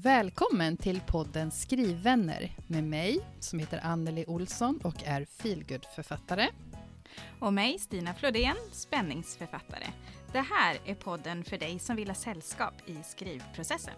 Välkommen till podden Skrivvänner med mig som heter Anneli Olsson och är feelgood-författare. Och mig, Stina Flodén, spänningsförfattare. Det här är podden för dig som vill ha sällskap i skrivprocessen.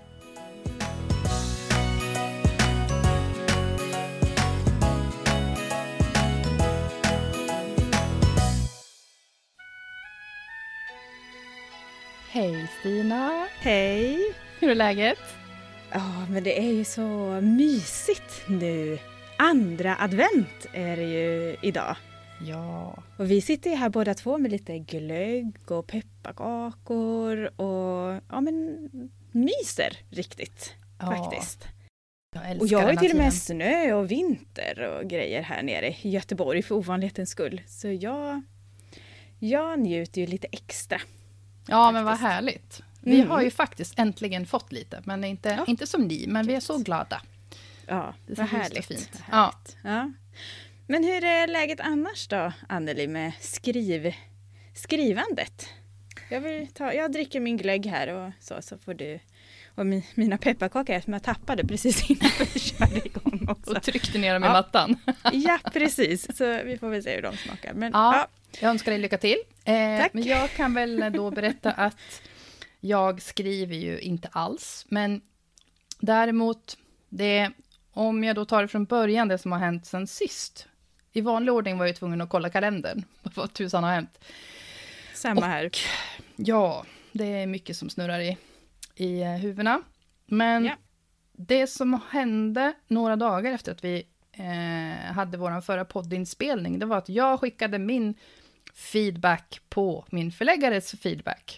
Hej Stina! Hej! Hur är läget? Ja, men det är ju så mysigt nu. Andra advent är det ju idag. Ja. Och vi sitter ju här båda två med lite glögg och pepparkakor och ja, men myser riktigt faktiskt. Och jag har ju till och med snö och vinter och grejer här nere i Göteborg för ovanlighetens skull. Så jag njuter ju lite extra. Ja, faktiskt. Men vad härligt. Vi har ju faktiskt äntligen fått lite, men inte som ni, men vi är så glada. Ja, det är härligt. Fint. Ja. Men hur är läget annars då, Anneli, med skrivandet? Jag dricker min glögg här och så får du... Och mina pepparkakor som jag tappade precis innan vi körde igång också. Och tryckte ner dem i mattan. Ja, precis. Så vi får väl se hur de smakar. Men, jag önskar dig lycka till. Tack. Men jag kan väl då berätta att jag skriver ju inte alls. Men däremot, om jag då tar det från början, det som har hänt sen sist. I vanlig ordning var jag tvungen att kolla kalendern. Vad tusan har hänt. Samma här. Ja, det är mycket som snurrar i huvudena. Men det som hände några dagar efter att vi hade vår förra poddinspelning, det var att jag skickade min feedback på min förläggares feedback.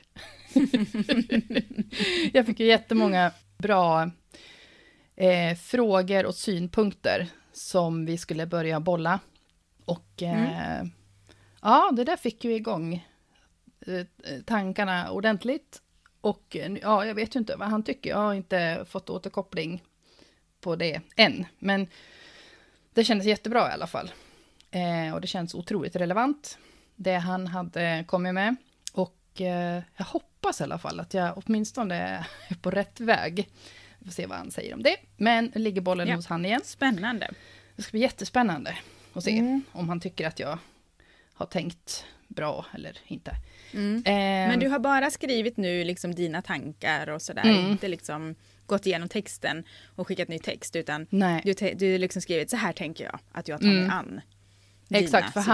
Jag fick ju jättemånga bra frågor och synpunkter som vi skulle börja bolla. Och det där fick ju igång tankarna ordentligt. Och jag vet ju inte vad han tycker. Jag har inte fått återkoppling på det än. Men det kändes jättebra i alla fall. Och det känns otroligt relevant. Det han hade kommit med. Och jag hoppas i alla fall att jag åtminstone är på rätt väg. Vi får se vad han säger om det. Men ligger bollen hos han igen. Spännande. Det ska bli jättespännande att se om han tycker att jag har tänkt bra eller inte. Men du har bara skrivit nu liksom dina tankar och sådär. Inte liksom gått igenom texten och skickat ny text. Utan du liksom skrivit så här tänker jag att jag tar mig an. Exakt, för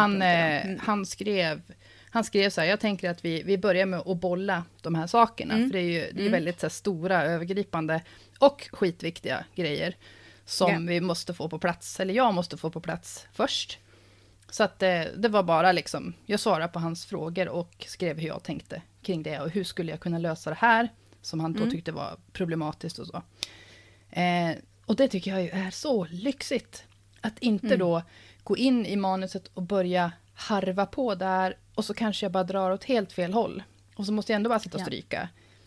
han skrev så här, jag tänker att vi börjar med att bolla de här sakerna. För det är väldigt så här, stora, övergripande och skitviktiga grejer som vi måste få på plats. Eller jag måste få på plats först. Så att det var bara liksom, jag svarade på hans frågor och skrev hur jag tänkte kring det. Och hur skulle jag kunna lösa det här som han då tyckte var problematiskt och så. Och det tycker jag ju är så lyxigt. Att inte då gå in i manuset och börja harva på där. Och så kanske jag bara drar åt helt fel håll. Och så måste jag ändå bara sitta och stryka.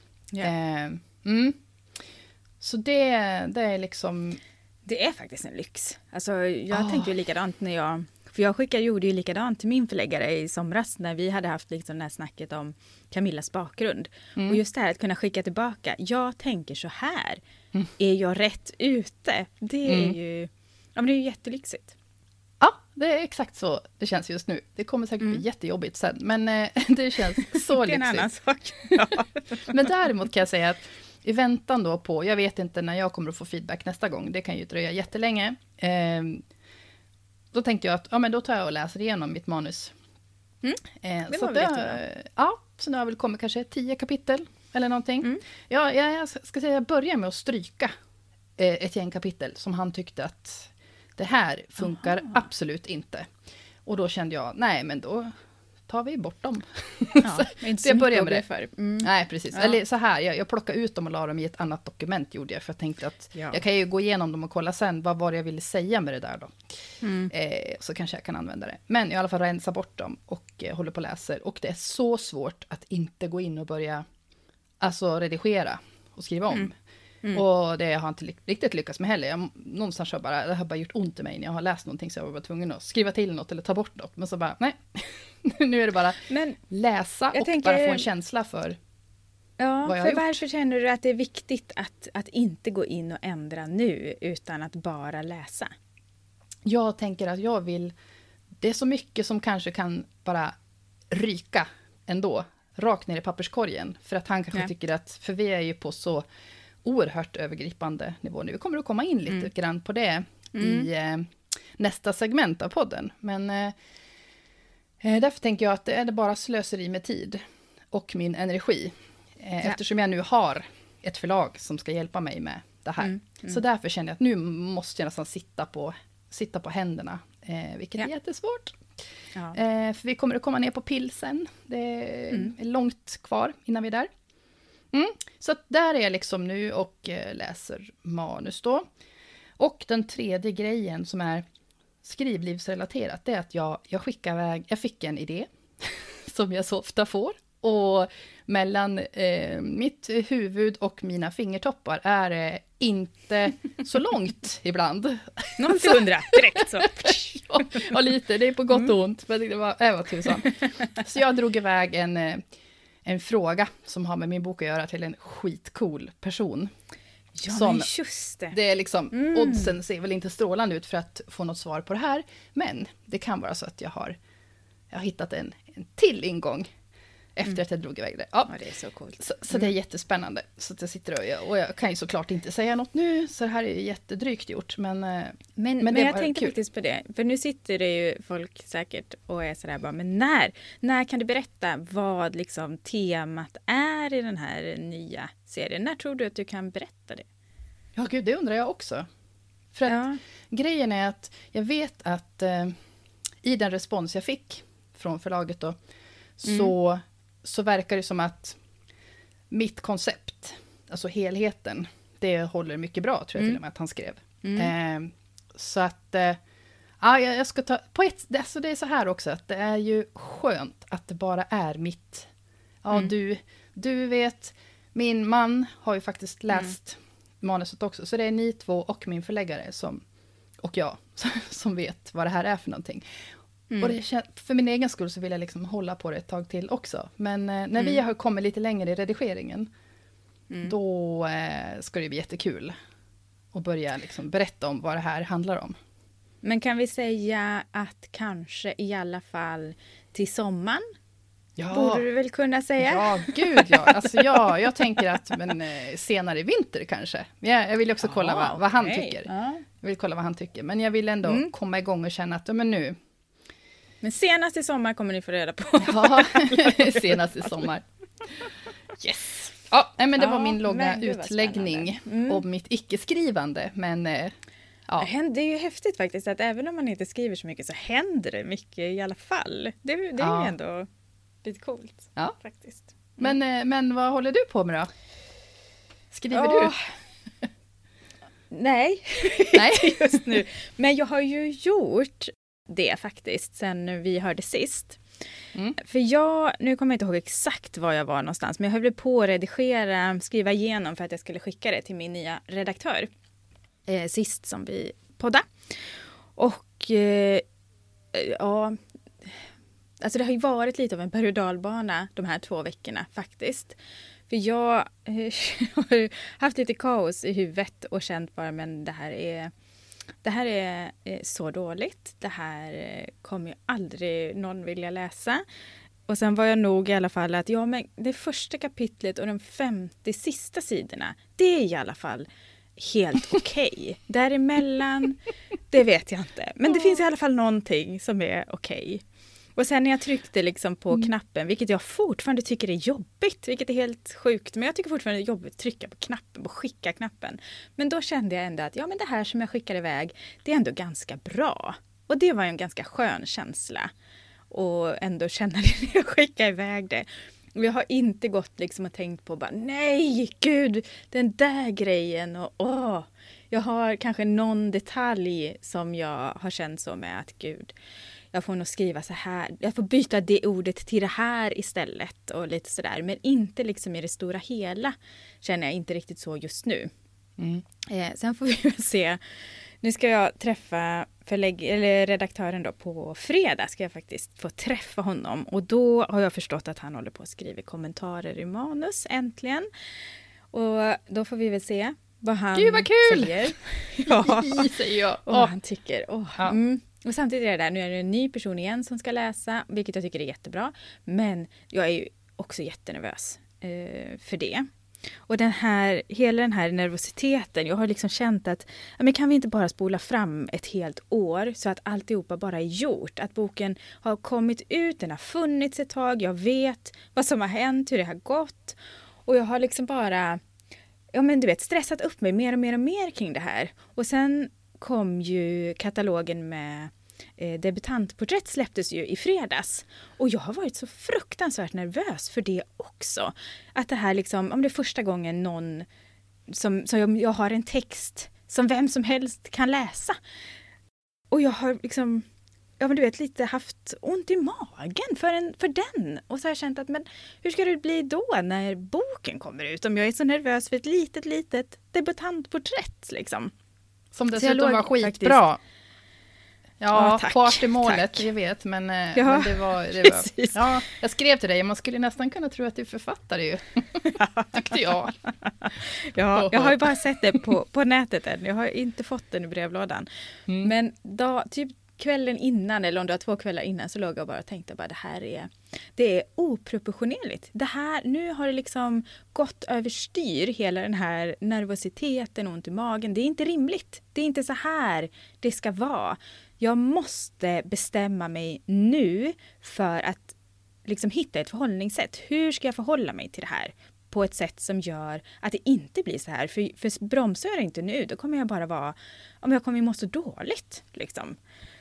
Så det är liksom... Det är faktiskt en lyx. Alltså jag tänkte ju likadant för jag gjorde ju likadant till min förläggare i somras när vi hade haft liksom det här snacket om Camillas bakgrund. Och just det här att kunna skicka tillbaka, jag tänker så här, är jag rätt ute? Det är ju, det är ju jättelyxigt. Ja, det är exakt så det känns just nu. Det kommer säkert bli jättejobbigt sen, men det känns så lyxigt. Det är en annan sak. Men däremot kan jag säga att i väntan då på, jag vet inte när jag kommer att få feedback nästa gång, det kan ju dröja jättelänge. Då tänkte jag att då tar jag och läser igenom mitt manus. Det var väl jättebra. Ja, så nu har väl kommit kanske 10 kapitel eller någonting. Jag ska säga, jag börjar med att stryka ett gäng kapitel som han tyckte att det här funkar absolut inte. Och då kände jag, nej men då tar vi bort dem. Så jag börjar med det. Nej, precis. Eller så här, jag plockade ut dem och la dem i ett annat dokument gjorde jag. För jag tänkte att jag kan ju gå igenom dem och kolla sen vad var det jag ville säga med det där då. Så kanske jag kan använda det. Men i alla fall rensa bort dem och håller på och läser. Och det är så svårt att inte gå in och börja redigera och skriva om. Och det har jag inte riktigt lyckats med heller. Någonstans det har bara gjort ont i mig när jag har läst någonting så jag var tvungen att skriva till något eller ta bort något. Men så bara, nej. Nu är det bara läsa och bara få en känsla för Ja, för varför känner du att det är viktigt att inte gå in och ändra nu utan att bara läsa? Jag tänker att det är så mycket som kanske kan bara ryka ändå, rakt ner i papperskorgen. För att han kanske tycker att, för vi är ju på så oerhört övergripande nivå nu. Vi kommer att komma in lite grann på det i nästa segment av podden. Men därför tänker jag att det är bara slöseri med tid och min energi. Eftersom jag nu har ett förlag som ska hjälpa mig med det här. Så därför känner jag att nu måste jag nästan sitta på händerna. Vilket är jättesvårt. Ja. För vi kommer att komma ner på pilsen. Det är långt kvar innan vi är där. Så att där är jag liksom nu och läser manus då. Och den tredje grejen som är skrivlivsrelaterat, det är att jag skickar iväg, jag fick en idé som jag så ofta får. Och mellan mitt huvud och mina fingertoppar är det inte så långt ibland. 0-100 direkt så. Ja, lite. Det är på gott och ont. Men det var tusan. Så jag drog iväg en fråga som har med min bok att göra till en skitcool person. Ja, som, just det. Det är liksom, oddsen ser väl inte strålande ut för att få något svar på det här. Men det kan vara så att jag har hittat en till ingång. Efter att jag drog iväg det. Ja, det är så coolt. Så det är jättespännande. Så att jag sitter och jag kan ju såklart inte säga något nu. Så det här är ju jättedrygt gjort. Men jag tänkte faktiskt på det. För nu sitter det ju folk säkert och är sådär bara, men när kan du berätta vad liksom temat är i den här nya serien? När tror du att du kan berätta det? Ja, gud, det undrar jag också. För att grejen är att jag vet att i den respons jag fick från förlaget då, så verkar det som att mitt koncept, alltså helheten, det håller mycket bra, tror jag till och med att han skrev. Så att, jag ska ta, alltså det är så här också, att det är ju skönt att det bara är mitt. Ja, du vet, min man har ju faktiskt läst manuset också, så det är ni två och min förläggare och jag som vet vad det här är för någonting. Och för min egen skull så vill jag liksom hålla på det ett tag till också. Men när vi har kommit lite längre i redigeringen, då ska det bli jättekul att börja liksom berätta om vad det här handlar om. Men kan vi säga att kanske i alla fall till sommaren? Ja. Borde du väl kunna säga? Ja, gud ja. Alltså, jag tänker att senare i vinter kanske. Jag vill också kolla vad han tycker. Jag vill kolla vad han tycker. Men jag vill ändå komma igång och känna att men nu. Men senast i sommar kommer ni få reda på. Ja, senast i sommar. Yes. Ja, men det var min långa utläggning om mitt icke-skrivande. Men det är ju häftigt faktiskt att även om man inte skriver så mycket så händer det mycket i alla fall. Det är ju ändå lite coolt faktiskt. Men vad håller du på med då? Skriver du? Nej, just nu. Men jag har ju gjort det faktiskt sen vi hörde sist. För nu kommer jag inte ihåg exakt var jag var någonstans, men jag höll på att skriva igenom för att jag skulle skicka det till min nya redaktör sist som vi poddade. Och alltså det har ju varit lite av en berg- och dalbana de här 2 veckorna faktiskt. För jag har haft lite kaos i huvudet och känt bara, men det här är så dåligt. Det här kommer ju aldrig någon vilja läsa. Och sen var jag nog i alla fall att men det första kapitlet och de 50 sista sidorna, det är i alla fall helt okej. Däremellan, det vet jag inte. Men det finns i alla fall någonting som är okej. Och sen när jag tryckte liksom på knappen, vilket jag fortfarande tycker är jobbigt, vilket är helt sjukt, men jag tycker fortfarande det är jobbigt att trycka på knappen, på skicka-knappen. Men då kände jag ändå att men det här som jag skickar iväg, det är ändå ganska bra. Och det var en ganska skön känsla. Och ändå känna det när jag skickar iväg det. Och jag har inte gått liksom och tänkt på bara, nej, gud, den där grejen och jag har kanske någon detalj som jag har känt så med att gud, jag får nog skriva så här. Jag får byta det ordet till det här istället och lite sådär. Men inte liksom i det stora hela känner jag inte riktigt så just nu. Sen får vi se. Nu ska jag träffa redaktören då på fredag. Ska jag faktiskt få träffa honom. Och då har jag förstått att han håller på att skriva kommentarer i manus äntligen. Och då får vi väl se vad han Gud, vad kul! säger. Ja, säger jag. och vad han tycker. Och samtidigt är det där, nu är det en ny person igen som ska läsa, vilket jag tycker är jättebra. Men jag är ju också jättenervös för det. Och hela den här nervositeten, jag har liksom känt att men kan vi inte bara spola fram ett helt år så att alltihopa bara är gjort. Att boken har kommit ut, den har funnits ett tag, jag vet vad som har hänt, hur det har gått. Och jag har liksom bara, stressat upp mig mer och mer och mer kring det här. Och sen kom ju katalogen med debutantporträtt släpptes ju i fredags. Och jag har varit så fruktansvärt nervös för det också. Att det här liksom, om det är första gången någon som jag har en text som vem som helst kan läsa. Och jag har liksom, lite haft ont i magen för den. Och så har jag känt att, men hur ska det bli då när boken kommer ut? Om jag är så nervös för ett litet debutantporträtt liksom. Som dessutom var skitbra. Faktiskt. Ja, partymålet, jag vet, men det var ja, jag skrev till dig, man skulle nästan kunna tro att du är författare ju, tyckte jag. Ja, jag har ju bara sett det på nätet än, jag har inte fått den i brevlådan. Men typ kvällen innan, eller om det var 2 kvällar innan, så låg jag bara och tänkte bara, det är oproportionerligt. Nu har det liksom gått överstyr hela den här nervositeten och ont i magen. Det är inte rimligt. Det är inte så här det ska vara. Jag måste bestämma mig nu för att liksom hitta ett förhållningssätt. Hur ska jag förhålla mig till det här på ett sätt som gör att det inte blir så här? För bromsar jag inte nu, då kommer jag bara jag kommer må så dåligt liksom.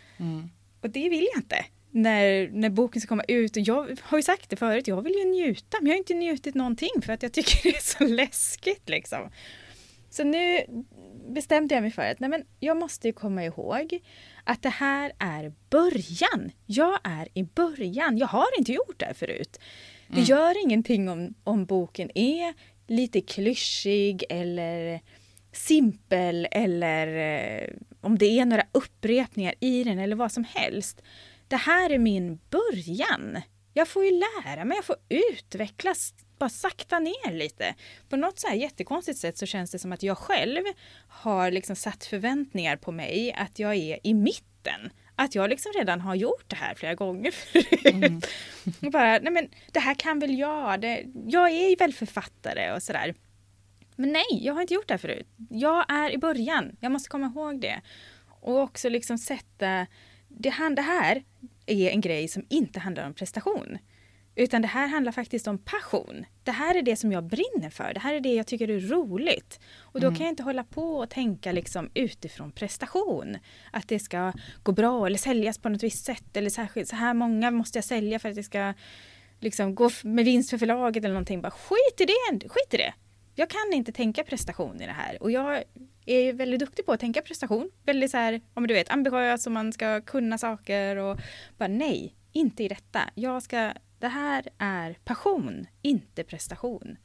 Och det vill jag inte. När boken ska komma ut, och jag har ju sagt det förut, jag vill ju njuta, men jag har inte njutit någonting för att jag tycker det är så läskigt liksom. Så nu bestämde jag mig för att jag måste ju komma ihåg att det här är början. Jag är i början. Jag har inte gjort det här förut. Det gör ingenting om boken är lite klyschig eller simpel, eller om det är några upprepningar i den eller vad som helst. Det här är min början. Jag får ju lära mig, jag får utvecklas, bara sakta ner lite. På något så här jättekonstigt sätt så känns det som att jag själv har liksom satt förväntningar på mig att jag är i mitten. Att jag liksom redan har gjort det här flera gånger förut. Och bara, det här kan väl jag. Jag är ju väl författare och sådär. Men nej, jag har inte gjort det här förut. Jag är i början. Jag måste komma ihåg det. Och också liksom sätta... Det här är en grej som inte handlar om prestation. Utan det här handlar faktiskt om passion. Det här är det som jag brinner för. Det här är det jag tycker är roligt. Och då kan jag inte hålla på och tänka liksom utifrån prestation. Att det ska gå bra eller säljas på något visst sätt. Eller särskilt så här många måste jag sälja för att det ska liksom gå med vinst för förlaget eller någonting. Bara skit i det. Jag kan inte tänka prestation i det här. Och jag är väldigt duktig på att tänka prestation. Väldigt så här, om du vet, ambitiös och man ska kunna saker. Och bara nej, inte i detta. Det här är passion, inte prestation.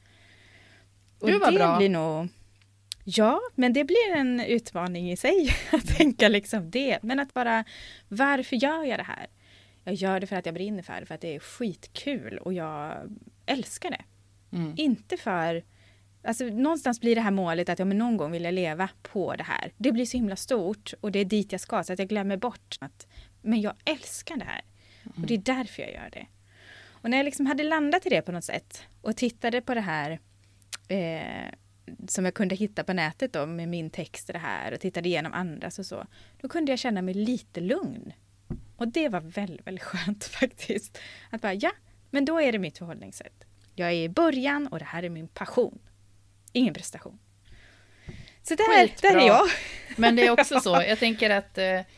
Och det bra. Blir nog... Ja, men det blir en utmaning i sig att tänka liksom det. Men att bara, varför gör jag det här? Jag gör det för att jag brinner för att det är skitkul och jag älskar det. Inte för... Alltså någonstans blir det här målet att någon gång vill jag leva på det här. Det blir så himla stort och det är dit jag ska, så att jag glömmer bort att men jag älskar det här. Och det är därför jag gör det. Och när jag liksom hade landat i det på något sätt och tittade på det här som jag kunde hitta på nätet då, med min text och det här, och tittade igenom andras och så, då kunde jag känna mig lite lugn. Och det var väldigt, väldigt skönt faktiskt. Att bara, men då är det mitt förhållningssätt. Jag är i början och det här är min passion. Ingen prestation. Så där är jag. Men det är också så. Jag tänker att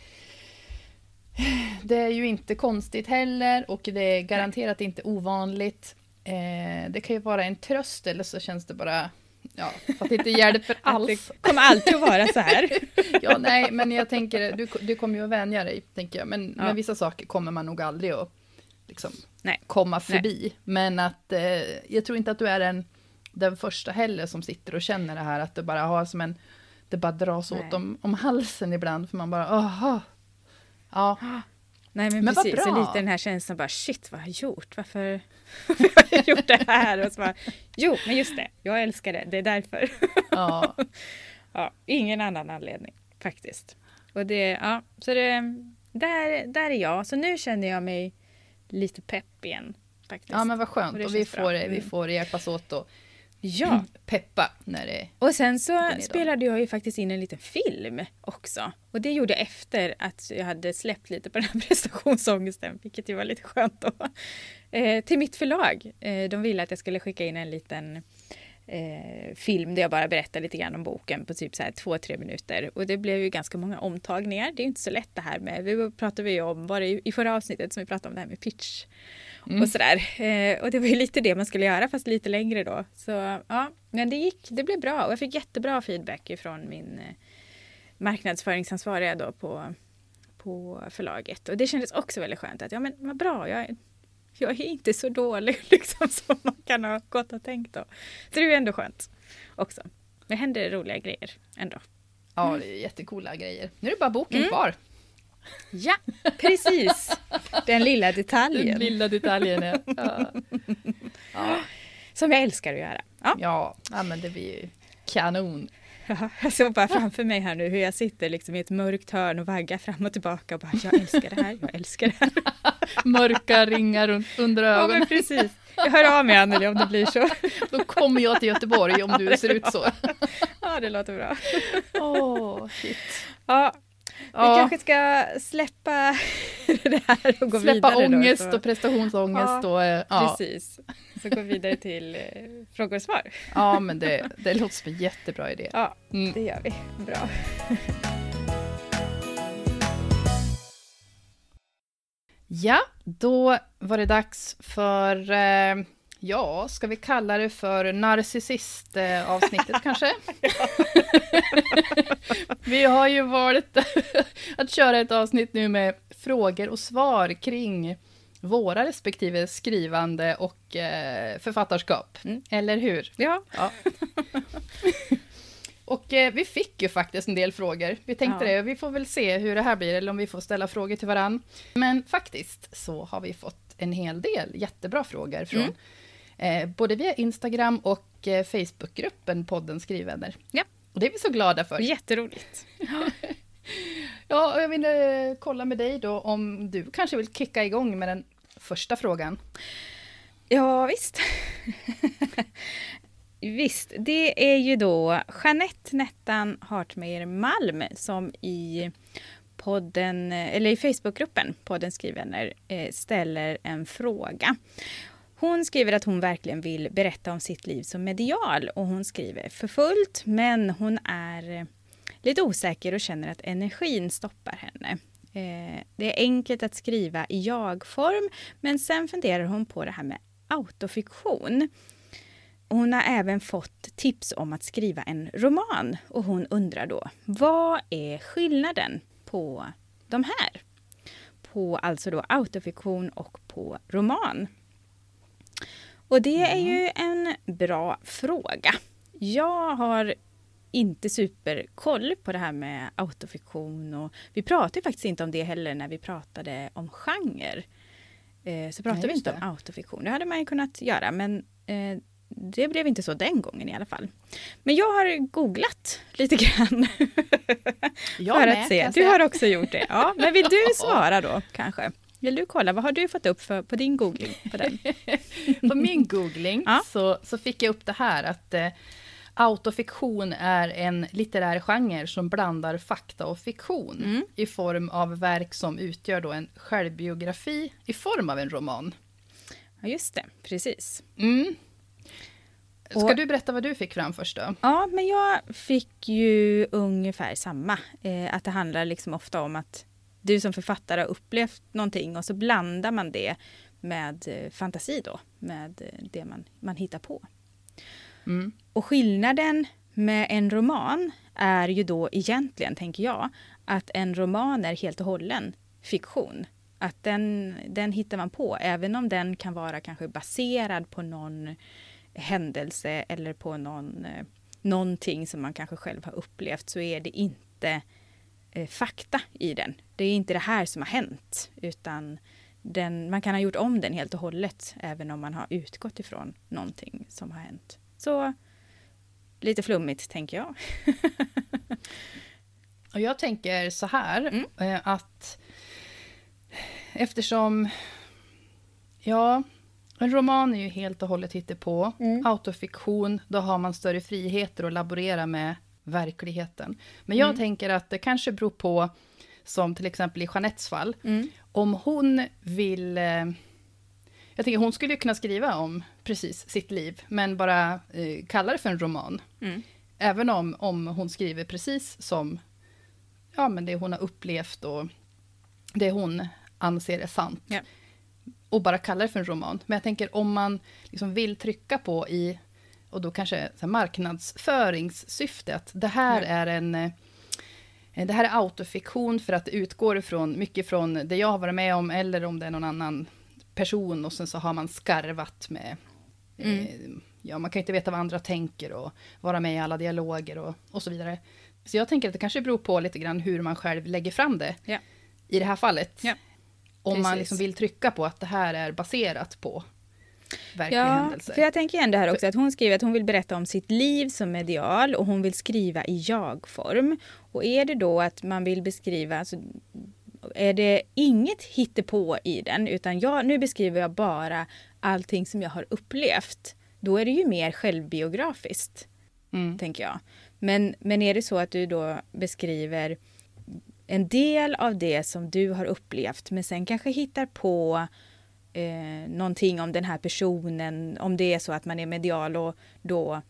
det är ju inte konstigt heller. Och det är garanterat inte ovanligt. Det kan ju vara en tröst. Eller så känns det bara... Ja, för att det inte hjälper alls. Det kommer alltid att vara så här. Ja, nej, men jag tänker... Du kommer ju att vänja dig, tänker jag. Men vissa saker kommer man nog aldrig att liksom, komma förbi. Nej. Men att jag tror inte att du är den första heller som sitter och känner det här, att du bara har som det bara dras åt om halsen ibland, för man bara, aha. Ja. Nej, men precis, så lite den här känslan bara, shit, vad har jag gjort? Varför har jag gjort det här? Och så bara, jo, men just det, jag älskar det är därför. Ja. Ja, ingen annan anledning faktiskt. Och så där är jag. Så nu känner jag mig lite pepp igen faktiskt. Ja, men vad skönt. Och vi får hjälpas åt och peppa när det. Och sen så spelade jag ju faktiskt in en liten film också. Och det gjorde jag efter att jag hade släppt lite på den här prestationsångesten, vilket ju var lite skönt då. Till mitt förlag. De ville att jag skulle skicka in en liten film där jag bara berättar lite grann om boken på typ så här 2-3 minuter. Och det blev ju ganska många omtagningar. Det är ju inte så lätt det här med, vi pratade ju om, var det i förra avsnittet som vi pratade om det här med pitch och sådär. Och det var ju lite det man skulle göra, fast lite längre då. Så ja, men det blev bra. Och jag fick jättebra feedback ifrån min marknadsföringsansvariga då på förlaget. Och det kändes också väldigt skönt att, ja men vad bra, jag är inte så dålig liksom, som man kan ha gått och tänkt då. Så det är ju ändå skönt också. Det händer roliga grejer ändå. Ja, det är jättecoola grejer. Nu är det bara boken kvar. Ja, precis. Den lilla detaljen. Den lilla detaljen, ja. Som jag älskar att göra. Ja, men det blir ju kanon. Ja, jag såg bara framför mig här nu hur jag sitter liksom i ett mörkt hörn och vaggar fram och tillbaka och bara, jag älskar det här. Mörka ringar under ögonen. Ja, men precis. Jag hör av mig, Anneli, om det blir så. Då kommer jag till Göteborg om du ser ut så. Ja, det låter bra. Shit. Ja, vi kanske ska släppa det här och gå vidare. Släppa ångest och prestationsångest. Precis. Så gå vidare till frågor och svar. Ja, men det låter som en jättebra idé. Ja, det gör vi. Bra. Ja, då var det dags för, ska vi kalla det för narcissist-avsnittet kanske? Vi har ju valt att köra ett avsnitt nu med frågor och svar kring våra respektive skrivande och författarskap. Eller hur? Ja. Och vi fick ju faktiskt en del frågor. Vi tänkte det, vi får väl se hur det här blir, eller om vi får ställa frågor till varann. Men faktiskt så har vi fått en hel del jättebra frågor från både via Instagram och Facebookgruppen podden Skrivvänner. Ja. Och det är vi så glada för. Jätteroligt. Ja, och jag vill kolla med dig då om du kanske vill kicka igång med den första frågan. Ja, visst. Visst, det är ju då Jeanette Nettan Hartmeier Malm som i podden, eller i Facebookgruppen podden Skrivvänner ställer en fråga. Hon skriver att hon verkligen vill berätta om sitt liv som medial och hon skriver för fullt, men hon är lite osäker och känner att energin stoppar henne. Det är enkelt att skriva i jag-form, men sen funderar hon på det här med autofiktion. Hon har även fått tips om att skriva en roman och hon undrar då, vad är skillnaden på de här? På alltså då autofiktion och på roman. Och det är ju en bra fråga. Jag har inte superkoll på det här med autofiktion och vi pratade faktiskt inte om det heller när vi pratade om genre. Så pratade vi inte om autofiktion. Det hade man ju kunnat göra, men det blev inte så den gången i alla fall. Men jag har googlat lite grann. För att se. Du har också gjort det. Ja, men vill du svara då kanske? Vill du kolla? Vad har du fått upp på din googling? På den? På min googling så fick jag upp det här att autofiktion är en litterär genre som blandar fakta och fiktion i form av verk som utgör då en självbiografi i form av en roman. Ja, just det. Precis. Ska du berätta vad du fick fram först då? Ja, men jag fick ju ungefär samma. Att det handlar liksom ofta om att du som författare har upplevt någonting och så blandar man det med fantasi då. Med det man hittar på. Och skillnaden med en roman är ju då egentligen, tänker jag, att en roman är helt och hållen fiktion. Att den hittar man på, även om den kan vara kanske baserad på någon händelse eller på någon någonting som man kanske själv har upplevt, så är det inte fakta i den. Det är inte det här som har hänt, utan man kan ha gjort om den helt och hållet, även om man har utgått ifrån någonting som har hänt. Så lite flummigt, tänker jag. Och jag tänker så här, att eftersom, en roman är ju helt och hållet hittepå. Autofiktion, då har man större friheter att laborera med verkligheten. Men jag tänker att det kanske beror på, som till exempel i Jeanettes fall, om hon vill... Jag tänker hon skulle kunna skriva om precis sitt liv, men bara kalla det för en roman. Även om hon skriver precis som men det hon har upplevt och det hon anser är sant. Ja. Och bara kalla det för en roman. Men jag tänker om man liksom vill trycka på och då kanske så här, marknadsföringssyfte, att det här det här är autofiktion för att det utgår mycket från det jag har varit med om, eller om det är någon annan person, och sen så har man skarvat med man kan ju inte veta vad andra tänker och vara med i alla dialoger och så vidare. Så jag tänker att det kanske beror på lite grann hur man själv lägger fram det i det här fallet. Ja. Om man liksom vill trycka på att det här är baserat på verkliga händelser. För jag tänker ändå här också att hon skriver att hon vill berätta om sitt liv som medial, och hon vill skriva i jag-form. Och är det då att man vill beskriva, alltså, är det inget hittepå i den, utan nu beskriver jag bara allting som jag har upplevt, då är det ju mer självbiografiskt, tänker jag. Men är det så att du då beskriver en del av det som du har upplevt, men sen kanske hittar på någonting om den här personen, om det är så att man är medial och då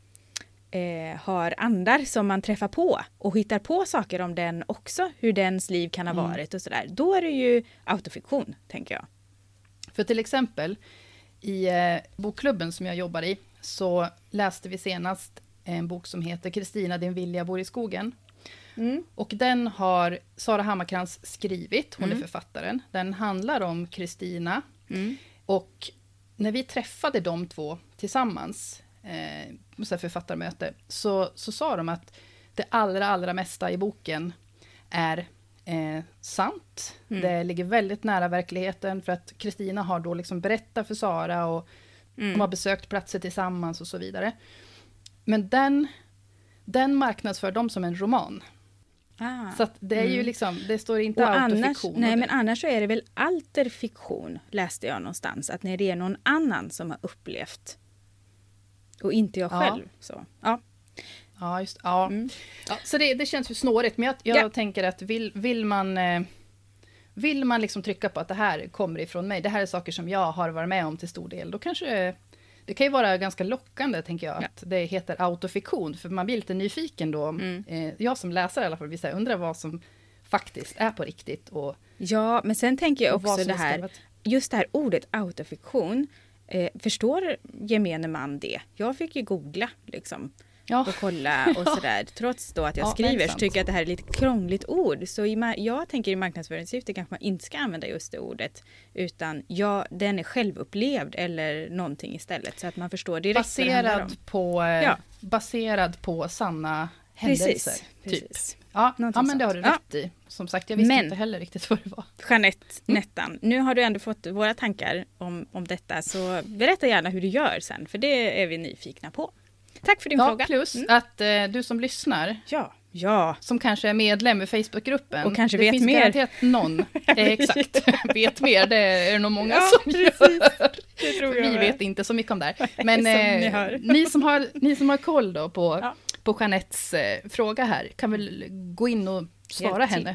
har andar som man träffar på och hittar på saker om den också, hur dens liv kan ha varit och sådär. Då är det ju autofiktion, tänker jag. För till exempel i bokklubben som jag jobbar i, så läste vi senast en bok som heter Kristina, din vilja bor i skogen. Och den har Sara Hammarkrans skrivit, hon är författaren. Den handlar om Kristina. Och när vi träffade de två tillsammans på författarmöte, så sa de att det allra mesta i boken är sant. Det ligger väldigt nära verkligheten, för att Kristina har då liksom berättat för Sara, och de har besökt platser tillsammans och så vidare. Men den marknadsför dem som en roman. Så att det är ju liksom, det står inte autofiktion. Nej, men annars så är det väl alterfiktion, läste jag någonstans. Att när det är någon annan som har upplevt och inte jag själv. Så, ja, just ja. Så det känns ju snårigt, men jag tänker att vill man liksom trycka på att det här kommer ifrån mig, det här är saker som jag har varit med om till stor del, då kanske det kan ju vara ganska lockande, tänker jag, att det heter autofiktion, för man blir lite nyfiken då. Jag som läsare i alla fall vill säga, undrar vad som faktiskt är på riktigt. Men sen tänker jag också det här, just det här ordet autofiktion, förstår gemene man det? Jag fick ju googla liksom. Och kolla och sådär. Trots då att jag skriver så tycker jag att det här är lite krångligt ord. Så jag tänker i marknadsföringssyfte kanske man inte ska använda just det ordet. Utan den är självupplevd eller någonting istället. Så att man förstår direkt vad det handlar om. Baserad på sanna händelser. Precis. Typ. Ja, men det har du rätt i. Som sagt, jag visste inte heller riktigt vad det var. Jeanette, Nettan, nu har du ändå fått våra tankar om detta. Så berätta gärna hur du gör sen. För det är vi nyfikna på. Tack för din fråga. Plus att du som lyssnar, som kanske är medlem i Facebookgruppen, och kanske det vet finns mer. Garanterat någon, exakt, vet mer, det är nog många som gör. Det tror jag vi vet inte så mycket om det. Men ni som har koll då på Jeanettes fråga här, kan väl gå in och svara henne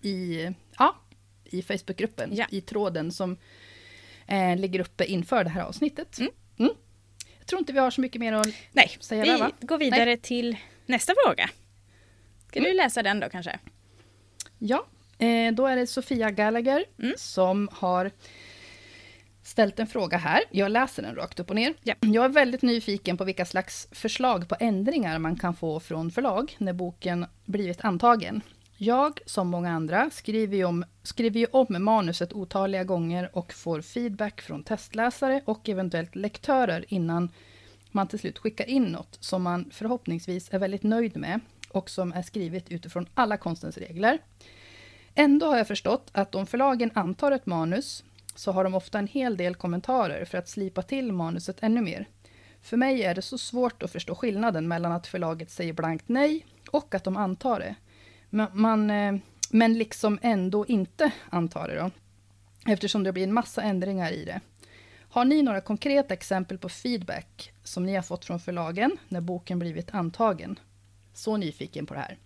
i Facebookgruppen, i tråden som ligger uppe inför det här avsnittet. Jag tror inte vi har så mycket mer att säga där, va? Vi går vidare till nästa fråga. Ska du läsa den då kanske? Ja, då är det Sofia Gallagher som har ställt en fråga här. Jag läser den rakt upp och ner. Ja. Jag är väldigt nyfiken på vilka slags förslag på ändringar man kan få från förlag när boken blivit antagen. Jag, som många andra, skriver ju om manuset otaliga gånger och får feedback från testläsare och eventuellt lektörer innan man till slut skickar in något som man förhoppningsvis är väldigt nöjd med och som är skrivet utifrån alla konstens regler. Ändå har jag förstått att om förlagen antar ett manus så har de ofta en hel del kommentarer för att slipa till manuset ännu mer. För mig är det så svårt att förstå skillnaden mellan att förlaget säger blankt nej och att de antar det. Men liksom ändå inte antar det då. Eftersom det blir en massa ändringar i det. Har ni några konkreta exempel på feedback som ni har fått från förlagen när boken blivit antagen? Så nyfiken på det här.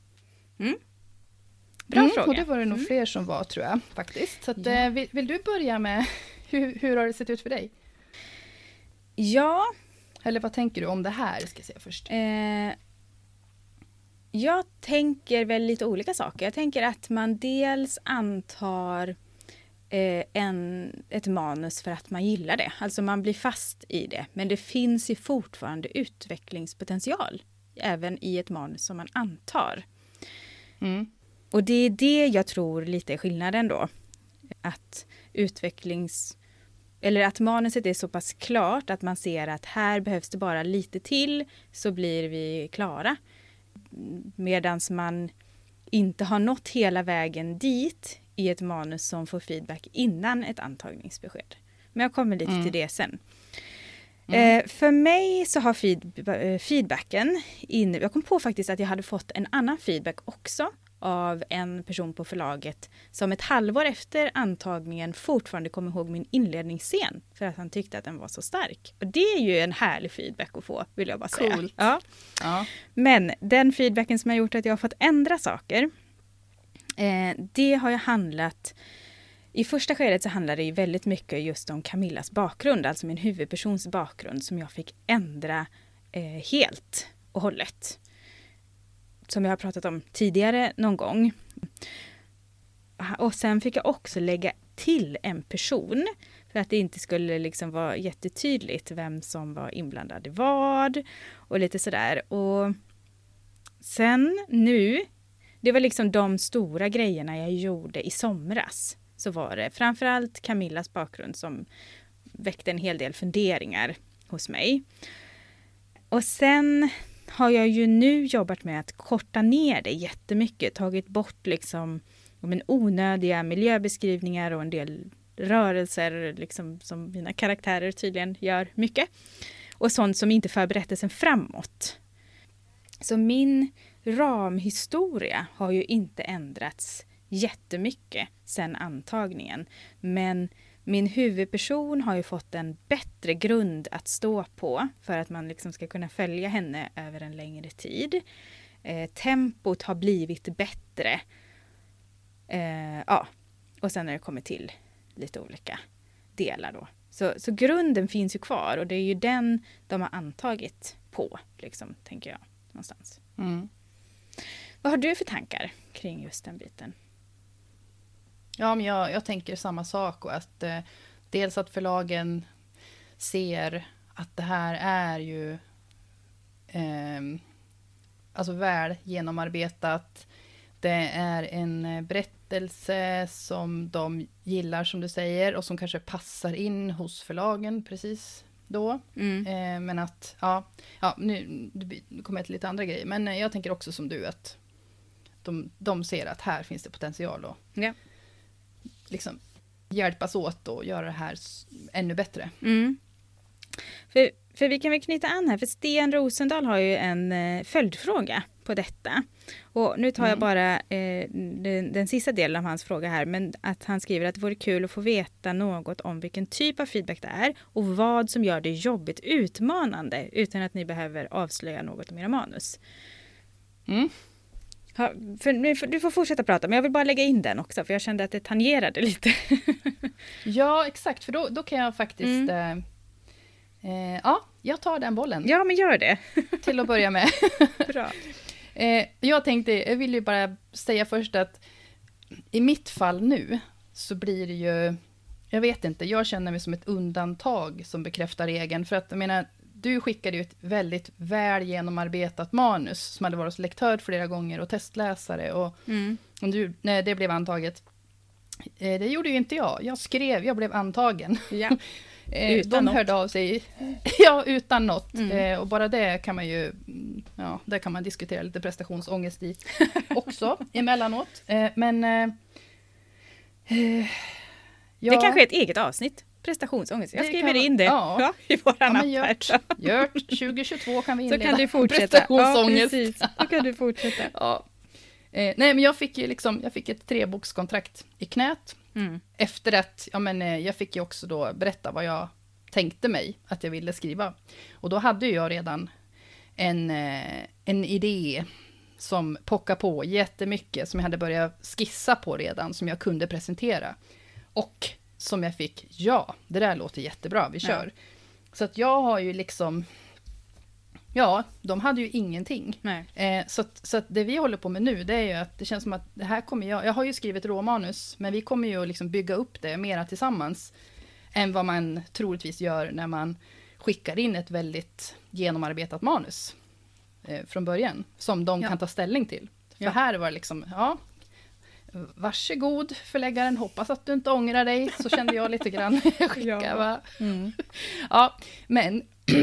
Bra fråga. Och det var det nog fler som var, tror jag, faktiskt. Så att, vill du börja med hur har det sett ut för dig? Ja. Eller vad tänker du om det här, ska jag säga först? Jag tänker väl lite olika saker. Jag tänker att man dels antar ett manus för att man gillar det. Alltså man blir fast i det. Men det finns ju fortfarande utvecklingspotential även i ett manus som man antar. Och det är det jag tror lite är skillnaden då. Att att manuset är så pass klart att man ser att här behövs det bara lite till så blir vi klara. Medans man inte har nått hela vägen dit i ett manus som får feedback innan ett antagningsbesked. Men jag kommer lite till det sen. För mig så har feedbacken jag kom på faktiskt att jag hade fått en annan feedback också av en person på förlaget som ett halvår efter antagningen fortfarande kom ihåg min inledningsscen för att han tyckte att den var så stark. Och det är ju en härlig feedback att få, vill jag bara säga. Coolt. Ja. Men den feedbacken som har gjort att jag har fått ändra saker, det har ju handlat... I första skedet så handlar det ju väldigt mycket just om Camillas bakgrund, alltså min huvudpersons bakgrund som jag fick ändra helt och hållet. Som jag har pratat om tidigare någon gång. Och sen fick jag också lägga till en person för att det inte skulle liksom vara jättetydligt vem som var inblandad i vad och lite sådär. Och sen nu, det var liksom de stora grejerna jag gjorde i somras. Så var det framförallt Camillas bakgrund som väckte en hel del funderingar hos mig. Och sen har jag ju nu jobbat med att korta ner det jättemycket. Tagit bort liksom onödiga miljöbeskrivningar och en del rörelser liksom, som mina karaktärer tydligen gör mycket. Och sånt som inte för berättelsen framåt. Så min ramhistoria har ju inte ändrats jättemycket sedan antagningen. Men min huvudperson har ju fått en bättre grund att stå på för att man liksom ska kunna följa henne över en längre tid. Tempot har blivit bättre. Och sen har det kommit till lite olika delar då. Så grunden finns ju kvar och det är ju den de har antagit på, liksom, tänker jag någonstans. Vad har du för tankar kring just den biten? Ja, men jag tänker samma sak och att dels att förlagen ser att det här är ju alltså väl genomarbetat. Det är en berättelse som de gillar, som du säger, och som kanske passar in hos förlagen precis då. Men att, nu kommer jag till lite andra grejer, men jag tänker också som du att de ser att här finns det potential och liksom hjälpas åt och göra det här ännu bättre. För vi kan väl knyta an här, för Sten Rosendahl har ju en följdfråga på detta. Och nu tar jag bara den sista delen av hans fråga här, men att han skriver att det vore kul att få veta något om vilken typ av feedback det är och vad som gör det jobbigt utmanande utan att ni behöver avslöja något om era manus. Du får fortsätta prata, men jag vill bara lägga in den också, för jag kände att det tangerade lite. Ja, exakt, för då kan jag faktiskt... jag tar den bollen. Ja, men gör det. Till att börja med. Bra. Jag vill ju bara säga först att i mitt fall nu så blir det ju... Jag vet inte, jag känner mig som ett undantag som bekräftar regeln. För att jag menar, du skickade ju ett väldigt väl genomarbetat manus som hade varit hos lektör flera gånger och testläsare. Och när det blev antaget. Det gjorde ju inte jag. Jag blev antagen. Ja. De hörde av sig ja, utan något. Och bara det kan man ju, ja, där kan man diskutera lite prestationsångest i också emellanåt. Men ja, det kanske är ett eget avsnitt. Prestationsångest. Jag skriver in det i våran app. Gör 2022 kan vi inleda. Så kan du fortsätta. Prestationsångest. Ja, precis. Så kan du fortsätta. Ja. Nej, men jag fick ju liksom, jag fick ett 3-bokskontrakt i knät. Efter att, jag fick ju också då berätta vad jag tänkte mig att jag ville skriva. Och då hade jag redan en idé som pockade på jättemycket, som jag hade börjat skissa på redan, som jag kunde presentera. Och som jag fick, det där låter jättebra, vi kör. Så att jag har ju liksom, de hade ju ingenting. Så att det vi håller på med nu, det är ju att det känns som att det här kommer jag har ju skrivit råmanus, men vi kommer ju liksom bygga upp det mera tillsammans än vad man troligtvis gör när man skickar in ett väldigt genomarbetat manus från början, som de kan ta ställning till. För här var det liksom, varsågod förläggaren, hoppas att du inte ångrar dig, så kände jag lite grann. Men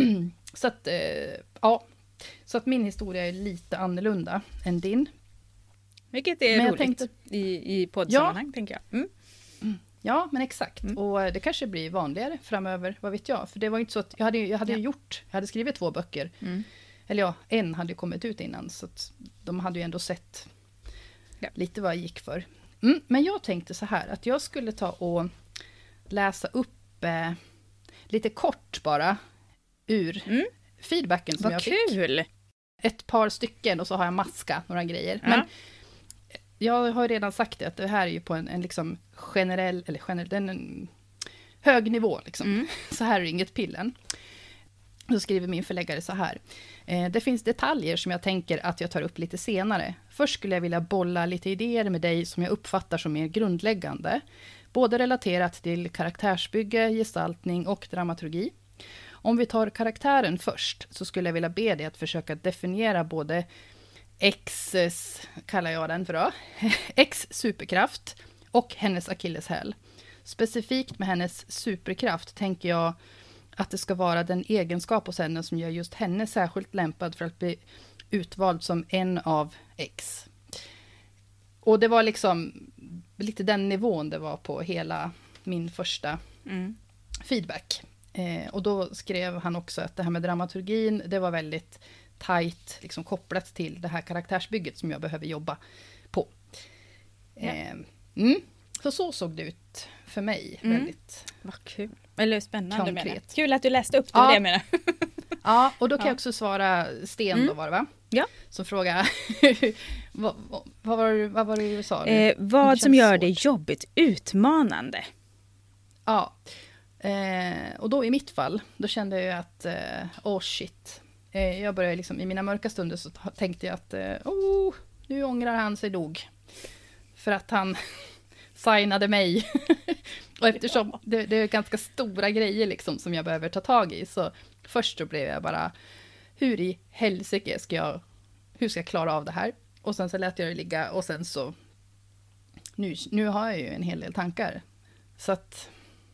så att min historia är lite annorlunda än din. Vilket är roligt i poddsammanhang, tänker jag. Ja, men exakt. Och det kanske blir vanligare framöver, vad vet jag. För det var inte så att jag hade skrivit 2 böcker. Eller en hade kommit ut innan, så att de hade ju ändå sett lite vad jag gick för. Men jag tänkte så här, att jag skulle ta och läsa upp lite kort bara ur feedbacken som jag fick. Vad kul! Ett par stycken, och så har jag maskat några grejer. Men jag har redan sagt det, att det här är ju på en liksom generell, en hög nivå. Liksom. Så här är det inget pillen. Då skriver min förläggare så här. Det finns detaljer som jag tänker att jag tar upp lite senare. Först skulle jag vilja bolla lite idéer med dig som jag uppfattar som mer grundläggande. Både relaterat till karaktärsbygge, gestaltning och dramaturgi. Om vi tar karaktären först, så skulle jag vilja be dig att försöka definiera både kallar jag den för då, X superkraft och hennes akilleshäl. Specifikt med hennes superkraft tänker jag att det ska vara den egenskap hos henne som gör just henne särskilt lämpad för att bli utvald som en av X. Och det var liksom lite den nivån det var på hela min första feedback. Och då skrev han också att det här med dramaturgin, det var väldigt tajt liksom kopplat till det här karaktärsbygget som jag behöver jobba på. Så såg det ut för mig. Väldigt vad kul. Eller spännande med det. Kul att du läste upp det, det jag menar. Ja, och då kan jag också svara Sten då var det, va? Ja. Så fråga vad var det du sa? Vad som gör det jobbigt utmanande? Ja. Och då i mitt fall, då kände jag att shit. Jag började liksom, i mina mörka stunder så tänkte jag att nu ångrar han sig nog. För att han signade mig. Och eftersom det är ganska stora grejer liksom som jag behöver ta tag i, så först då blev jag bara, hur i helsike ska jag klara av det här? Och sen så lät jag det ligga, och sen så nu har jag ju en hel del tankar. Så att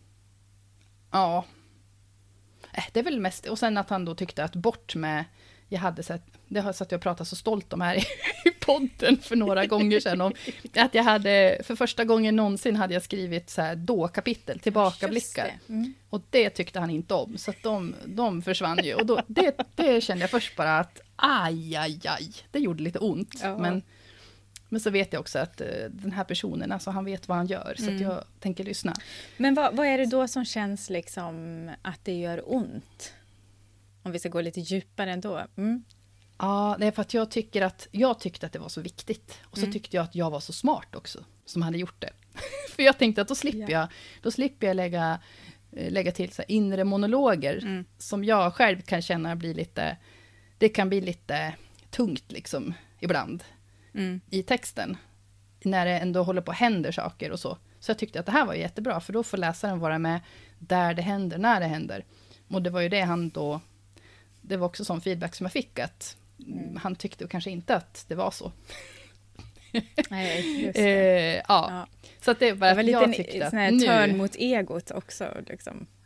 det är väl mest, och sen att han då tyckte att bort med, jag hade sett, det har satt jag och pratat så stolt om här i podden för några gånger sedan, om att jag hade, för första gången någonsin hade jag skrivit så här då-kapitel, tillbakablickar. Och det tyckte han inte om, så att de försvann ju. Och då, det kände jag först bara att aj, det gjorde lite ont. Ja. Men så vet jag också att den här personen, alltså han vet vad han gör, så att jag tänker lyssna. Men vad är det då som känns liksom att det gör ont? Om vi ska gå lite djupare ändå. Ja, det är för att jag tyckte att det var så viktigt. Och så tyckte jag att jag var så smart också, som hade gjort det. För jag tänkte att då slipper jag lägga till så här inre monologer, som jag själv kan känna det kan bli lite tungt liksom ibland. I texten, när det ändå håller på att hända saker och så. Så jag tyckte att det här var jättebra, för då får läsaren vara med där det händer, när det händer. Och det var ju det det var också sån feedback som jag fick, att han tyckte kanske inte att det var så. Nej, just det. Så att det var lite sån här törn mot egot också. Liksom.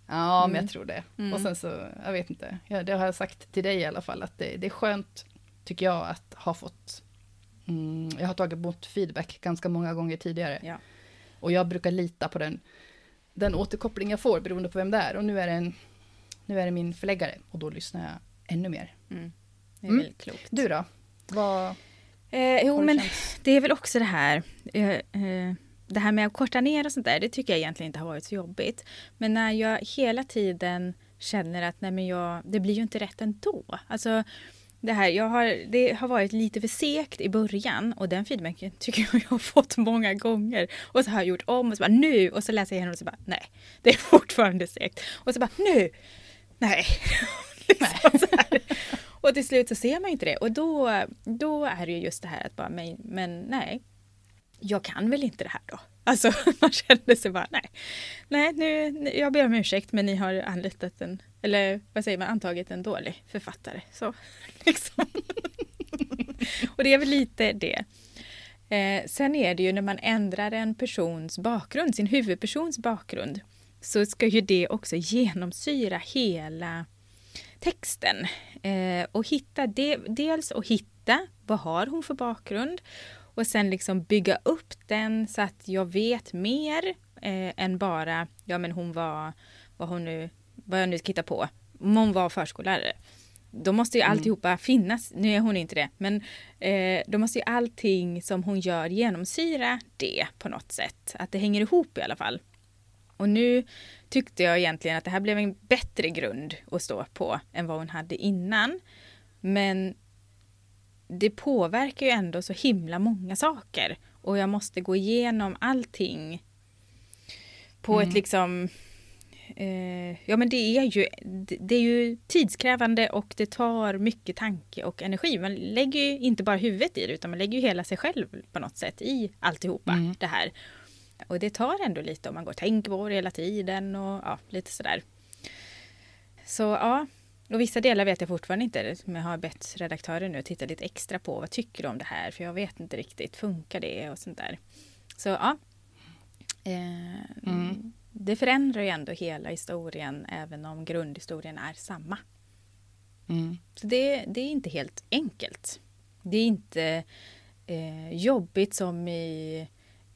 Ja, men jag tror det. Och sen så, jag vet inte, det har jag sagt till dig i alla fall, att det är skönt, tycker jag, att ha fått, jag har tagit emot feedback ganska många gånger tidigare. Ja. Och jag brukar lita på den återkoppling jag får, beroende på vem det är. Och nu är det min förläggare, och då lyssnar jag ännu mer. Det är väldigt klokt. Du då? Vad men det är väl också det här... det här med att korta ner och sånt där, det tycker jag egentligen inte har varit så jobbigt. Men när jag hela tiden känner att det blir ju inte rätt ändå. Alltså, det har varit lite för segt i början, och den feedbacken tycker jag har fått många gånger. Och så har jag gjort om och så bara nu, och så läser jag igenom och så bara nej, det är fortfarande segt. Och så bara nu, nej. Liksom så här. Och till slut så ser man inte det. Och då är det ju just det här att bara, men nej. Jag kan väl inte det här då? Alltså man kände sig bara, nej nu, jag ber om ursäkt, men ni har anlitat antagit en dålig författare. Så liksom. Och det är väl lite det. Sen är det ju när man ändrar en persons bakgrund, sin huvudpersons bakgrund, så ska ju det också genomsyra hela texten. Och hitta vad har hon för bakgrund? Och sen liksom bygga upp den så att jag vet mer än bara, hon var, vad jag nu ska hitta på. Om hon var förskollärare. Då måste ju alltihopa finnas, nu är hon inte det, men då måste ju allting som hon gör genomsyra det på något sätt. Att det hänger ihop i alla fall. Och nu tyckte jag egentligen att det här blev en bättre grund att stå på än vad hon hade innan. Men det påverkar ju ändå så himla många saker. Och jag måste gå igenom allting på ett liksom... men det är ju tidskrävande, och det tar mycket tanke och energi. Man lägger ju inte bara huvudet i det, utan man lägger ju hela sig själv på något sätt i alltihopa det här. Och det tar ändå lite om man går och tänker på det hela tiden och lite sådär. Så och vissa delar vet jag fortfarande inte. Men jag har bett redaktören nu att titta lite extra på vad tycker du om det här. För jag vet inte riktigt, funkar det och sånt där. Så det förändrar ju ändå hela historien, även om grundhistorien är samma. Så det är inte helt enkelt. Det är inte jobbigt som i...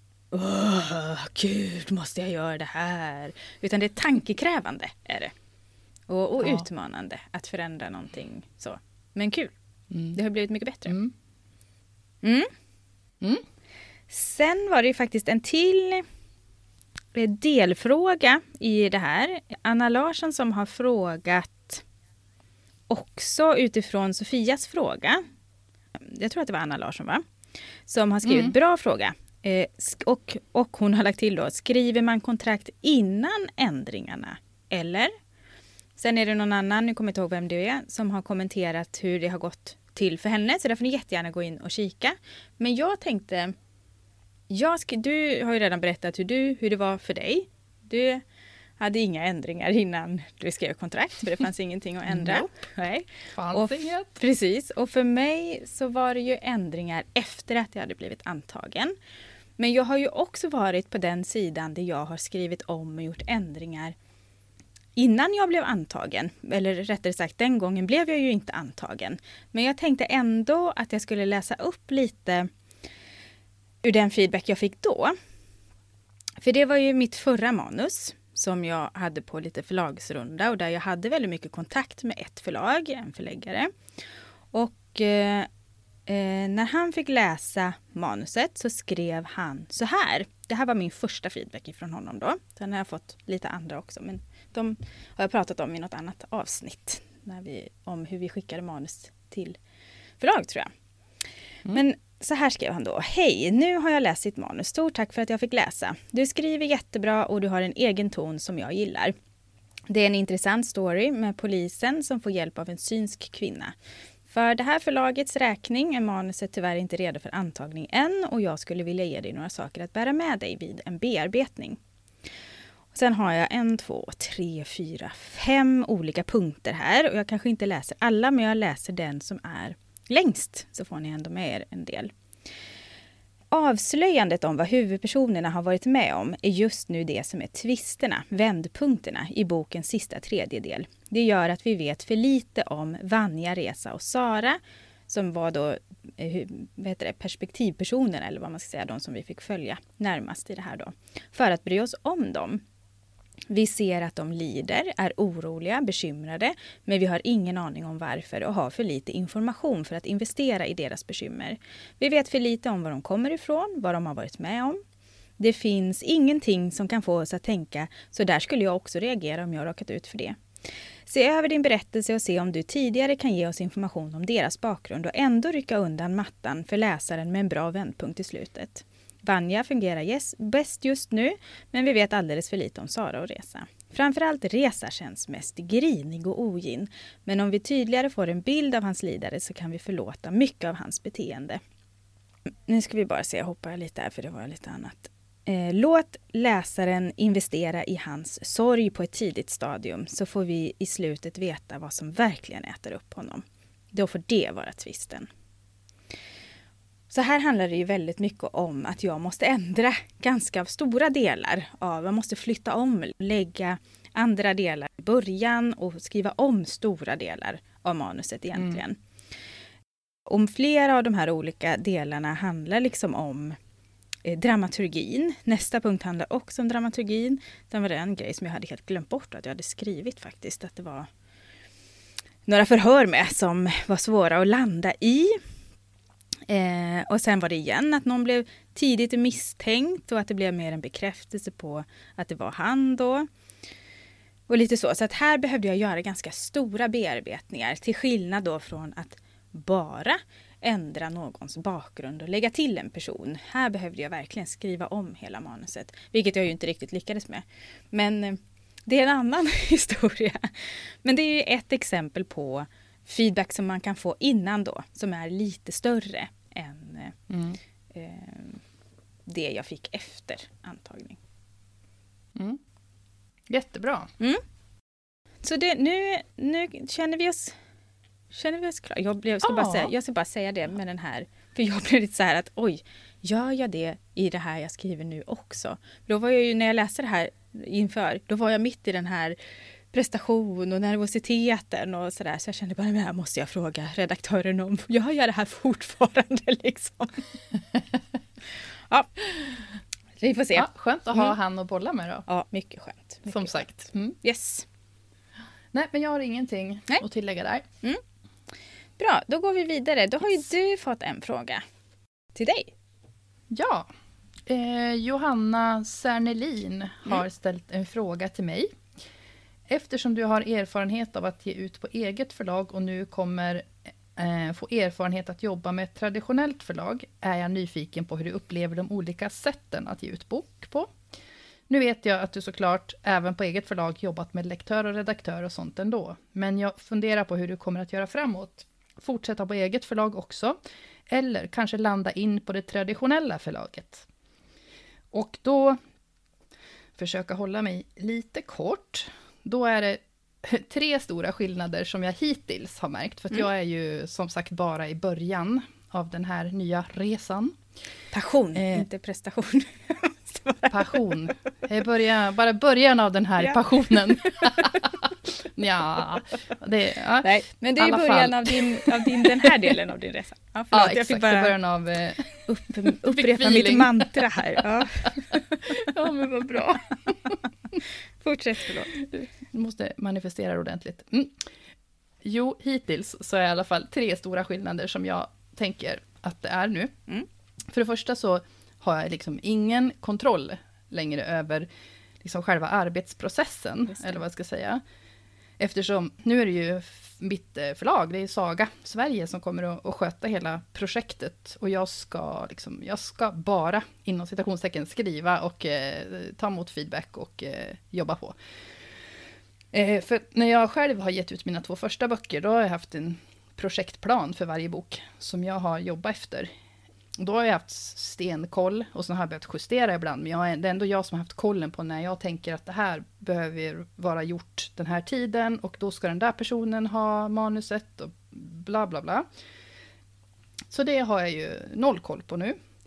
Gud, måste jag göra det här? Utan det är tankekrävande är det. Och utmanande att förändra någonting så. Men kul. Det har blivit mycket bättre. Sen var det ju faktiskt en till delfråga i det här. Anna Larsson som har frågat också utifrån Sofias fråga. Jag tror att det var Anna Larsson, va? Som har skrivit bra fråga. Och hon har lagt till då, skriver man kontrakt innan ändringarna? Eller? Sen är det någon annan, nu kommer jag inte ihåg vem det är, som har kommenterat hur det har gått till för henne. Så där får ni jättegärna gå in och kika. Men jag tänkte, du har ju redan berättat hur det var för dig. Du hade inga ändringar innan du skrev kontrakt, för det fanns ingenting att ändra. Nej. Fanns inget. Precis, och för mig så var det ju ändringar efter att jag hade blivit antagen. Men jag har ju också varit på den sidan där jag har skrivit om och gjort ändringar innan jag blev antagen. Eller rättare sagt, den gången blev jag ju inte antagen. Men jag tänkte ändå att jag skulle läsa upp lite ur den feedback jag fick då. För det var ju mitt förra manus som jag hade på lite förlagsrunda, och där jag hade väldigt mycket kontakt med ett förlag, en förläggare. Och när han fick läsa manuset så skrev han så här. Det här var min första feedback från honom då. Sen har jag fått lite andra också, men de har jag pratat om i något annat avsnitt om hur vi skickade manus till förlag, tror jag. Men så här skrev han då. Hej, nu har jag läst ditt manus. Stort tack för att jag fick läsa. Du skriver jättebra och du har en egen ton som jag gillar. Det är en intressant story med polisen som får hjälp av en synsk kvinna. För det här förlagets räkning är manuset tyvärr inte redo för antagning än, och jag skulle vilja ge dig några saker att bära med dig vid en bearbetning. Sen har jag 1, 2, 3, 4, 5 olika punkter här, och jag kanske inte läser alla, men jag läser den som är längst, så får ni ändå med er en del. Avslöjandet om vad huvudpersonerna har varit med om är just nu det som är twisterna, vändpunkterna i bokens sista tredjedel. Det gör att vi vet för lite om Vanja, Reza och Sara, som var då perspektivpersonerna, eller vad man ska säga, de som vi fick följa närmast i det här då, för att bry oss om dem. Vi ser att de lider, är oroliga, bekymrade, men vi har ingen aning om varför och har för lite information för att investera i deras bekymmer. Vi vet för lite om var de kommer ifrån, vad de har varit med om. Det finns ingenting som kan få oss att tänka, så där skulle jag också reagera om jag råkat ut för det. Se över din berättelse och se om du tidigare kan ge oss information om deras bakgrund och ändå rycka undan mattan för läsaren med en bra vändpunkt i slutet. Vanja fungerar bäst just nu, men vi vet alldeles för lite om Sara och Reza. Framförallt Reza känns mest grinig och ogin, men om vi tydligare får en bild av hans lidare så kan vi förlåta mycket av hans beteende. Nu ska vi bara se, jag hoppar lite här för det var lite annat. Låt läsaren investera i hans sorg på ett tidigt stadium, så får vi i slutet veta vad som verkligen äter upp honom. Då får det vara twisten. Så här handlar det ju väldigt mycket om att jag måste ändra ganska stora delar av, jag måste flytta om, lägga andra delar i början och skriva om stora delar av manuset egentligen. Om flera av de här olika delarna handlar liksom om dramaturgin. Nästa punkt handlar också om dramaturgin. Den var en grej som jag hade helt glömt bort att jag hade skrivit faktiskt, att det var några förhör med som var svåra att landa i. Och sen var det igen att någon blev tidigt misstänkt och att det blev mer en bekräftelse på att det var han då. Och lite så. Så att här behövde jag göra ganska stora bearbetningar, till skillnad då från att bara ändra någons bakgrund och lägga till en person. Här behövde jag verkligen skriva om hela manuset, vilket jag ju inte riktigt lyckades med. Men det är en annan historia. Men det är ju ett exempel på feedback som man kan få innan då, som är lite större än det jag fick efter antagning. Jättebra. Så det, nu känner vi oss klara. Jag ska bara säga det med den här, för jag blev lite så här att oj, gör jag det i det här jag skriver nu också? Då var jag ju, när jag läste det här inför, då var jag mitt i den här prestation och nervositeten och sådär. Så jag kände bara, men här måste jag fråga redaktören om. Jag gör det här fortfarande liksom. Ja, vi får se. Ja, skönt att ha han att bolla med då. Ja, mycket skönt. Mycket som sagt. Yes. Nej, men jag har ingenting att tillägga där. Bra, då går vi vidare. Då har ju du fått en fråga till dig. Ja, Johanna Sernelin har ställt en fråga till mig. Eftersom du har erfarenhet av att ge ut på eget förlag och nu kommer få erfarenhet att jobba med ett traditionellt förlag, är jag nyfiken på hur du upplever de olika sätten att ge ut bok på. Nu vet jag att du såklart även på eget förlag jobbat med lektör och redaktör och sånt ändå. Men jag funderar på hur du kommer att göra framåt. Fortsätta på eget förlag också. Eller kanske landa in på det traditionella förlaget. Och då försöka hålla mig lite kort. Då är det 3 stora skillnader som jag hittills har märkt. För att jag är ju som sagt bara i början av den här nya resan. Passion, inte prestation. Passion. Bara början av den här passionen. Ja, nej, men det är början av den här delen av din resa. Ja, exakt. Jag fick bara början av upprepa mitt mantra här. Ja, men vad bra. Fortsätt, förlåt. Du måste manifestera det ordentligt. Jo, hittills så är i alla fall 3 stora skillnader som jag tänker att det är nu. För det första så har jag liksom ingen kontroll längre över liksom själva arbetsprocessen, eller vad jag ska säga. Eftersom nu är det ju mitt förlag, det är Saga Sverige som kommer att sköta hela projektet. Och jag ska bara inom citationstecken skriva och ta emot feedback och jobba på. För när jag själv har gett ut mina 2 första böcker, då har jag haft en projektplan för varje bok som jag har jobbat efter. Då har jag haft stenkoll och sen har jag behövt justera ibland. Men det är ändå jag som har haft kollen på när jag tänker att det här behöver vara gjort den här tiden. Och då ska den där personen ha manuset och bla bla bla. Så det har jag ju 0 koll på nu.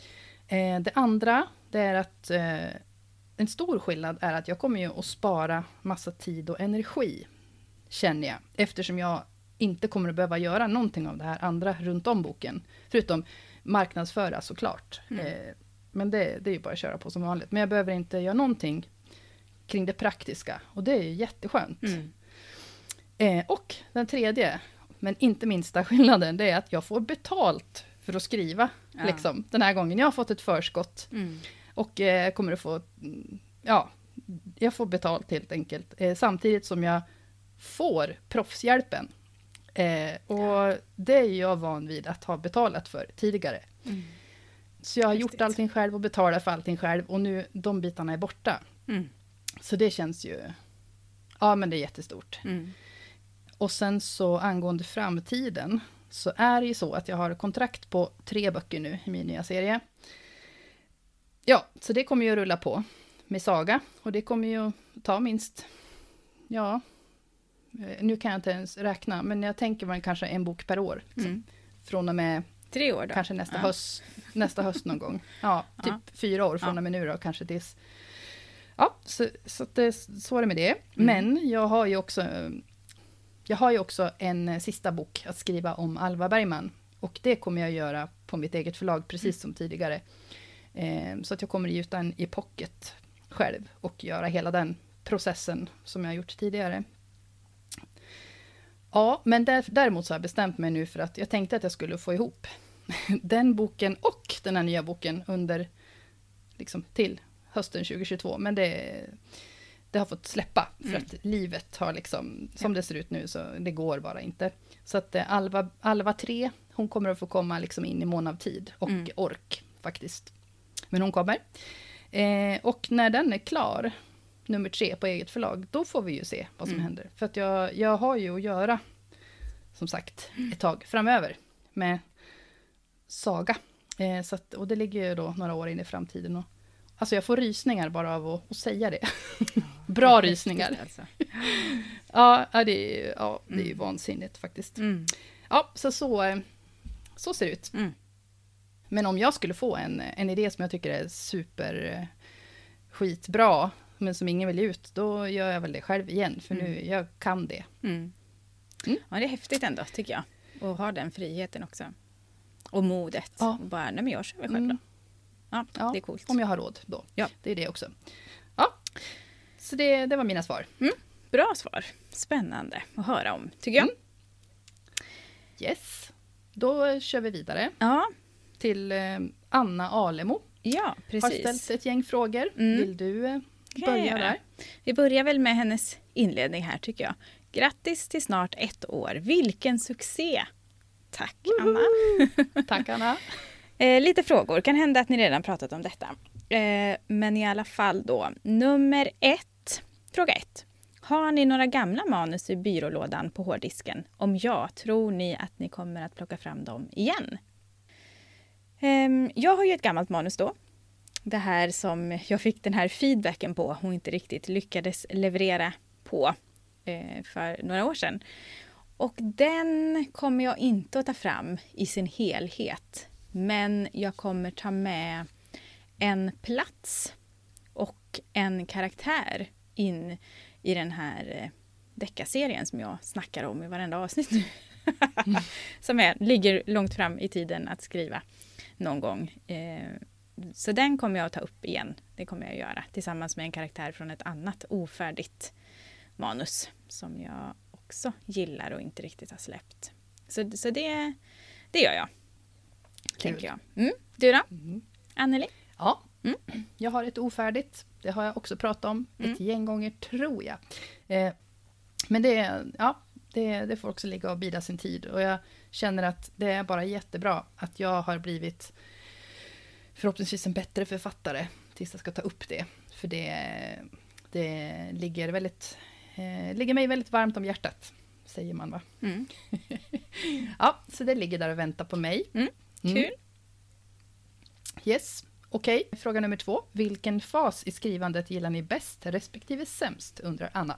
Det andra, det är att en stor skillnad är att jag kommer ju att spara massa tid och energi, känner jag. Eftersom jag inte kommer att behöva göra någonting av det här andra runt om boken. Förutom marknadsföra såklart. Men det är ju bara att köra på som vanligt. Men jag behöver inte göra någonting kring det praktiska. Och det är ju jätteskönt. Och den tredje, men inte minsta skillnaden, det är att jag får betalt för att skriva. Liksom, den här gången. Jag har fått ett förskott. Och kommer att få... jag får betalt helt enkelt. Samtidigt som jag får proffshjälpen. Och det är jag van vid att ha betalat för tidigare. Så jag har gjort allting själv och betalat för allting själv. Och nu, de bitarna är borta. Så det känns ju... Ja, men det är jättestort. Och sen så angående framtiden så är det ju så att jag har kontrakt på 3 böcker nu i min nya serie. Ja, så det kommer ju att rulla på med Saga. Och det kommer ju att ta minst... Ja, nu kan jag inte ens räkna. Men jag tänker man kanske en bok per år. Liksom. Från och med... 3 år då? Kanske nästa höst någon gång. Ja, typ 4 år från och med nu då. Kanske tills... Ja, så är det med det. Men jag har ju också en sista bok att skriva om Alva Bergman. Och det kommer jag göra på mitt eget förlag, precis som tidigare. Så att jag kommer ge ut den i pocket själv. Och göra hela den processen som jag har gjort tidigare. Ja, men däremot så har jag bestämt mig nu för att jag tänkte att jag skulle få ihop den boken och den här nya boken under, liksom, till hösten 2022. Men det har fått släppa för att livet har liksom, som det ser ut nu, så det går bara inte. Så att Alva 3, hon kommer att få komma liksom in i mån av tid och ork faktiskt. Men hon kommer. Och när den är klar, nummer 3 på eget förlag, då får vi ju se vad som händer. För att jag har ju att göra, som sagt, ett tag framöver med Saga. Så att, och det ligger ju då några år in i framtiden. Och, alltså jag får rysningar bara av att säga det. Bra rysningar. Alltså. Det är ju vansinnigt faktiskt. Ja, så ser det ut. Men om jag skulle få en idé som jag tycker är super skitbra, men som ingen vill ut, då gör jag väl det själv igen. För nu, jag kan det. Ja, det är häftigt ändå, tycker jag. Och ha den friheten också. Och modet. Ja. Och bara, nej men jag kör väl själv då. Ja, det är coolt. Om jag har råd då. Ja. Det är det också. Ja, så det var mina svar. Bra svar. Spännande att höra om, tycker jag. Yes. Då kör vi vidare. Ja. Till Anna Alemo. Ja, precis. Har ställt ett gäng frågor. Vill du börja där? Vi börjar väl med hennes inledning här, tycker jag. Grattis till snart 1 år. Vilken succé! Tack, Anna. Tack, Anna. Lite frågor. Kan hända att ni redan pratat om detta. Men i alla fall då. Nummer 1. Fråga 1. Har ni några gamla manus i byrålådan på hårddisken? Om ja, tror ni att ni kommer att plocka fram dem igen? Jag har ju ett gammalt manus då. Det här som jag fick den här feedbacken på. Hon inte riktigt lyckades leverera på för några år sedan. Och den kommer jag inte att ta fram i sin helhet. Men jag kommer ta med en plats och en karaktär in i den här deckarserien som jag snackar om i varenda avsnitt nu. Som ligger långt fram i tiden att skriva någon gång. Så den kommer jag att ta upp igen. Det kommer jag att göra tillsammans med en karaktär från ett annat ofärdigt manus som jag också gillar och inte riktigt har släppt. Så det gör jag. Tänker jag. Du då? Anneli? Ja, jag har ett ofärdigt. Det har jag också pratat om ett gäng gånger, tror jag. Men det får också ligga och bida sin tid. Och jag känner att det är bara jättebra att jag har blivit förhoppningsvis en bättre författare tills jag ska ta upp det. För det ligger mig väldigt varmt om hjärtat, säger man, va? Ja, så det ligger där och väntar på mig. Kul. Yes, okej. Fråga nummer 2. Vilken fas i skrivandet gillar ni bäst respektive sämst, undrar Anna.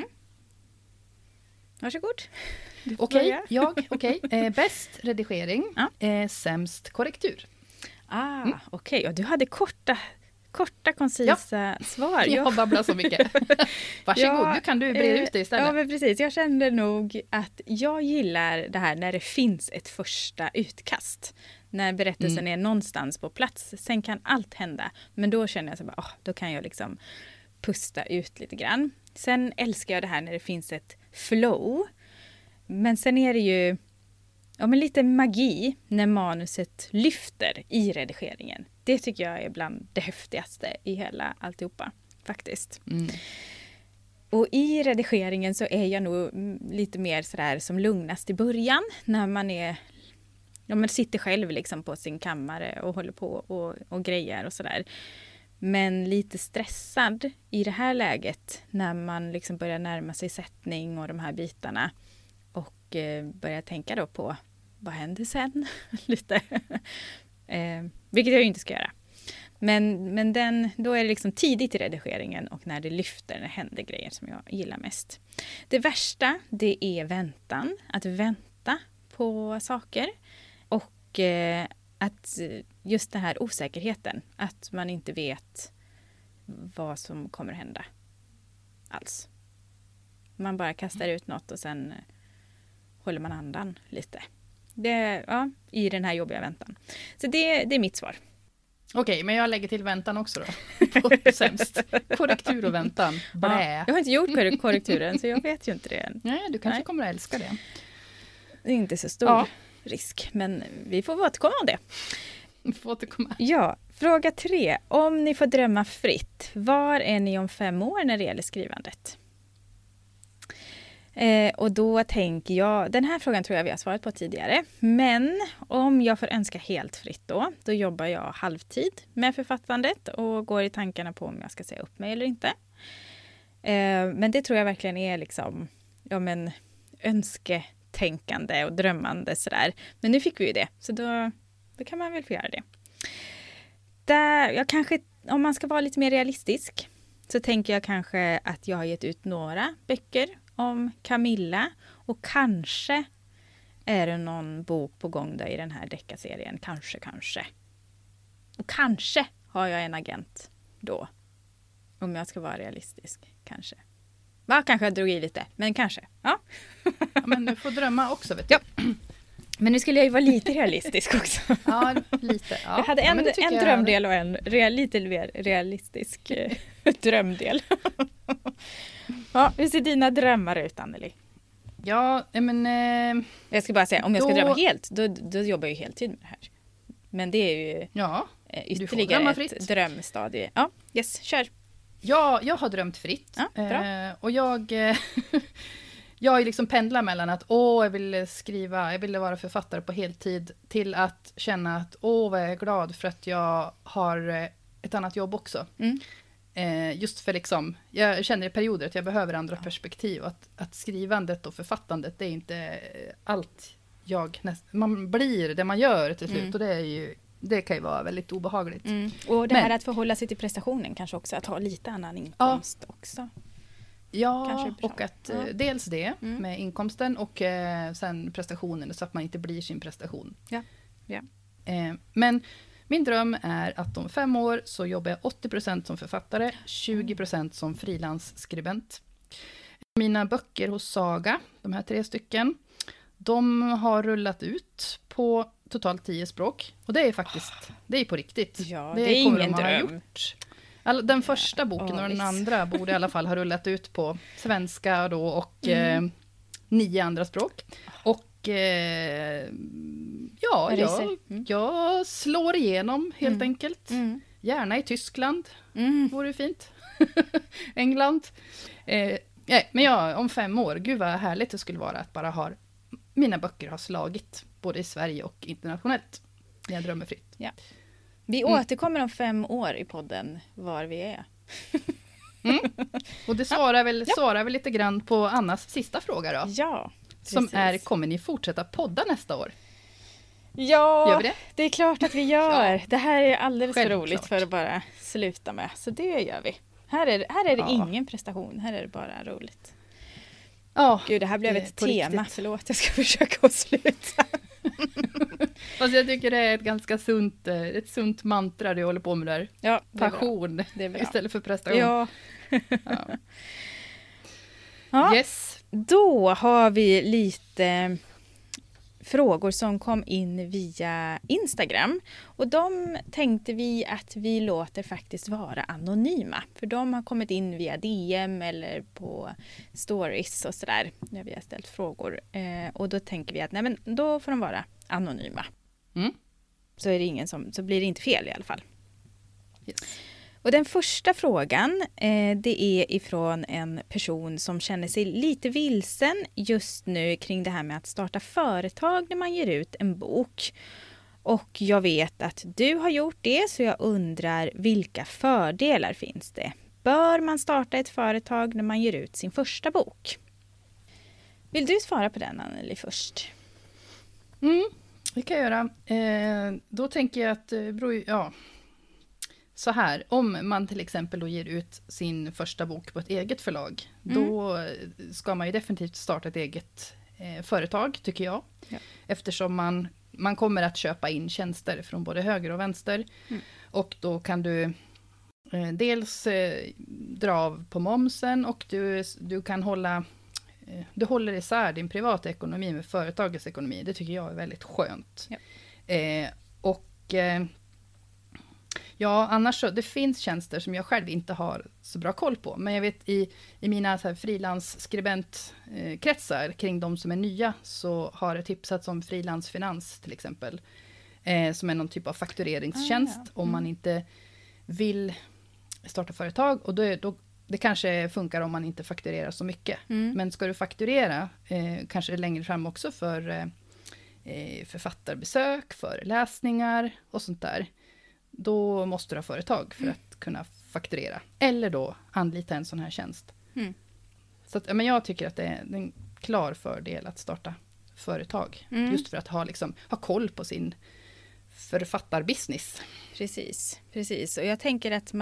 Varsågod. Okej. Bäst redigering, sämst korrektur. Okej. Och du hade korta koncisa svar. Jag babblar så mycket. Varsågod, nu kan du breda ut det istället. Ja, men precis. Jag kände nog att jag gillar det här när det finns ett första utkast. När berättelsen är någonstans på plats. Sen kan allt hända. Men då känner jag så bara, då kan jag liksom pusta ut lite grann. Sen älskar jag det här när det finns ett flow. Men sen är det ju lite magi när manuset lyfter i redigeringen. Det tycker jag är bland det häftigaste i hela alltihopa, faktiskt. Och i redigeringen så är jag nog lite mer sådär som lugnast i början. När man sitter själv liksom på sin kammare och håller på och grejer och sådär. Men lite stressad i det här läget när man liksom börjar närma sig sättning och de här bitarna. Och börjar tänka då på vad händer sen? Lite. Vilket jag ju inte ska göra. Men då är det liksom tidigt i redigeringen och när det lyfter, när det händer grejer som jag gillar mest. Det värsta, det är väntan. Att vänta på saker. Och att just den här osäkerheten. Att man inte vet vad som kommer hända alls. Man bara kastar ut något och sen håller man andan lite. I den här jobbiga väntan. Så det är mitt svar. Okej, men jag lägger till väntan också då. På sämst. Korrektur och väntan. Blä. Jag har inte gjort korrekturen så jag vet ju inte det än. Nej, du kanske kommer att älska det. Det är inte så stor risk, men vi får återkomma om det. Vi får återkomma. Ja, fråga 3. Om ni får drömma fritt, var är ni om 5 år när det gäller skrivandet? Och då tänker jag, den här frågan tror jag vi har svarat på tidigare. Men om jag får önska helt fritt då jobbar jag halvtid med författandet och går i tankarna på om jag ska säga upp mig eller inte. Men det tror jag verkligen är liksom, önsketänkande och drömmande sådär. Men nu fick vi ju det, så då kan man väl få göra det. Jag kanske, om man ska vara lite mer realistisk, så tänker jag kanske att jag har gett ut några böcker om Camilla och kanske är det någon bok på gång där i den här deckarserien. Kanske. Och kanske har jag en agent då. Om jag ska vara realistisk. Kanske. Kanske jag drog i lite, men kanske. Ja. Men du får drömma också, vet du. Ja. Men nu skulle jag ju vara lite realistisk också. Ja, lite. Ja. Jag hade en drömdel och en lite mer realistisk drömdel. Hur ser dina drömmar ut, Anneli? Ja, men... jag ska bara säga, om jag ska drömma helt, då jobbar jag ju heltid med det här. Men det är ju ytterligare ett drömstadie. Ja, kör. Ja, jag har drömt fritt. Ja, bra. Och jag liksom pendlar mellan att jag ville vara författare på heltid till att känna att vad jag är glad för att jag har ett annat jobb också. Just för liksom, jag känner i perioder att jag behöver andra perspektiv och att skrivandet och författandet, det är inte allt man blir det man gör till slut, och det kan ju vara väldigt obehagligt. Och det här att förhålla sig till prestationen kanske också, att ha lite annan inkomst också. Ja, och att dels det med inkomsten och sen prestationen, så att man inte blir sin prestation. Ja. Men min dröm är att om 5 år så jobbar jag 80% som författare, 20% som frilansskribent. Mina böcker hos Saga, de här 3 stycken, de har rullat ut på totalt 10 språk. Och det är faktiskt, det är på riktigt. Ja, det är ingen dröm. Den första boken och den andra borde i alla fall ha rullat ut på svenska då och 9 andra språk. Och jag slår igenom helt enkelt. Gärna i Tyskland, vore det fint. England. Men om 5 år, gud vad härligt det skulle vara att bara mina böcker har slagit både i Sverige och internationellt. Jag drömmer fritt. Ja. Vi återkommer om 5 år i podden var vi är. Och det svarar väl lite grann på Annas sista fråga då. Ja, precis. Som är, kommer ni fortsätta podda nästa år? Ja, gör vi det är klart att vi gör. Det här är alldeles för roligt för att bara sluta med. Så det gör vi. Här är det ingen prestation. Här är det bara roligt. Gud, det här blev ett tema. Förlåt, jag ska försöka att sluta. Fast jag tycker det är ett ganska sunt mantra du håller på med där. Ja, passion det är bra. Istället för prestation. Ja. Ja. Yes. Då har vi lite frågor som kom in via Instagram. Och de tänkte vi att vi låter faktiskt vara anonyma. För de har kommit in via DM eller på stories och sådär. När vi har ställt frågor. Och då tänker vi att nej, men då får de vara anonyma. Så är det ingen så blir det inte fel i alla fall. Yes. Och den första frågan, det är ifrån en person som känner sig lite vilsen just nu kring det här med att starta företag när man ger ut en bok. Och jag vet att du har gjort det, så jag undrar vilka fördelar finns det? Bör man starta ett företag när man ger ut sin första bok? Vill du svara på den, Anneli, först? Det kan jag göra. Då tänker jag att så här, om man till exempel då ger ut sin första bok på ett eget förlag, då ska man ju definitivt starta ett eget företag, tycker jag. Ja. Eftersom man kommer att köpa in tjänster från både höger och vänster. Och då kan du dels dra av på momsen, och du kan du håller isär din privata ekonomi med företagets ekonomi. Det tycker jag är väldigt skönt. Ja. Ja, annars så, det finns tjänster som jag själv inte har så bra koll på. Men jag vet i mina frilansskribentkretsar kring de som är nya, så har det tipsats om frilansfinans till exempel. Som är någon typ av faktureringstjänst om man inte vill starta företag. Och det kanske funkar om man inte fakturerar så mycket. Men ska du fakturera, kanske längre fram också för författarbesök, föreläsningar och sånt där. Då måste du ha företag för att kunna fakturera. Eller då anlita en sån här tjänst. Så att, men jag tycker att det är en klar fördel att starta företag. Just för att ha koll på sin författarbusiness. Precis. Och jag tänker att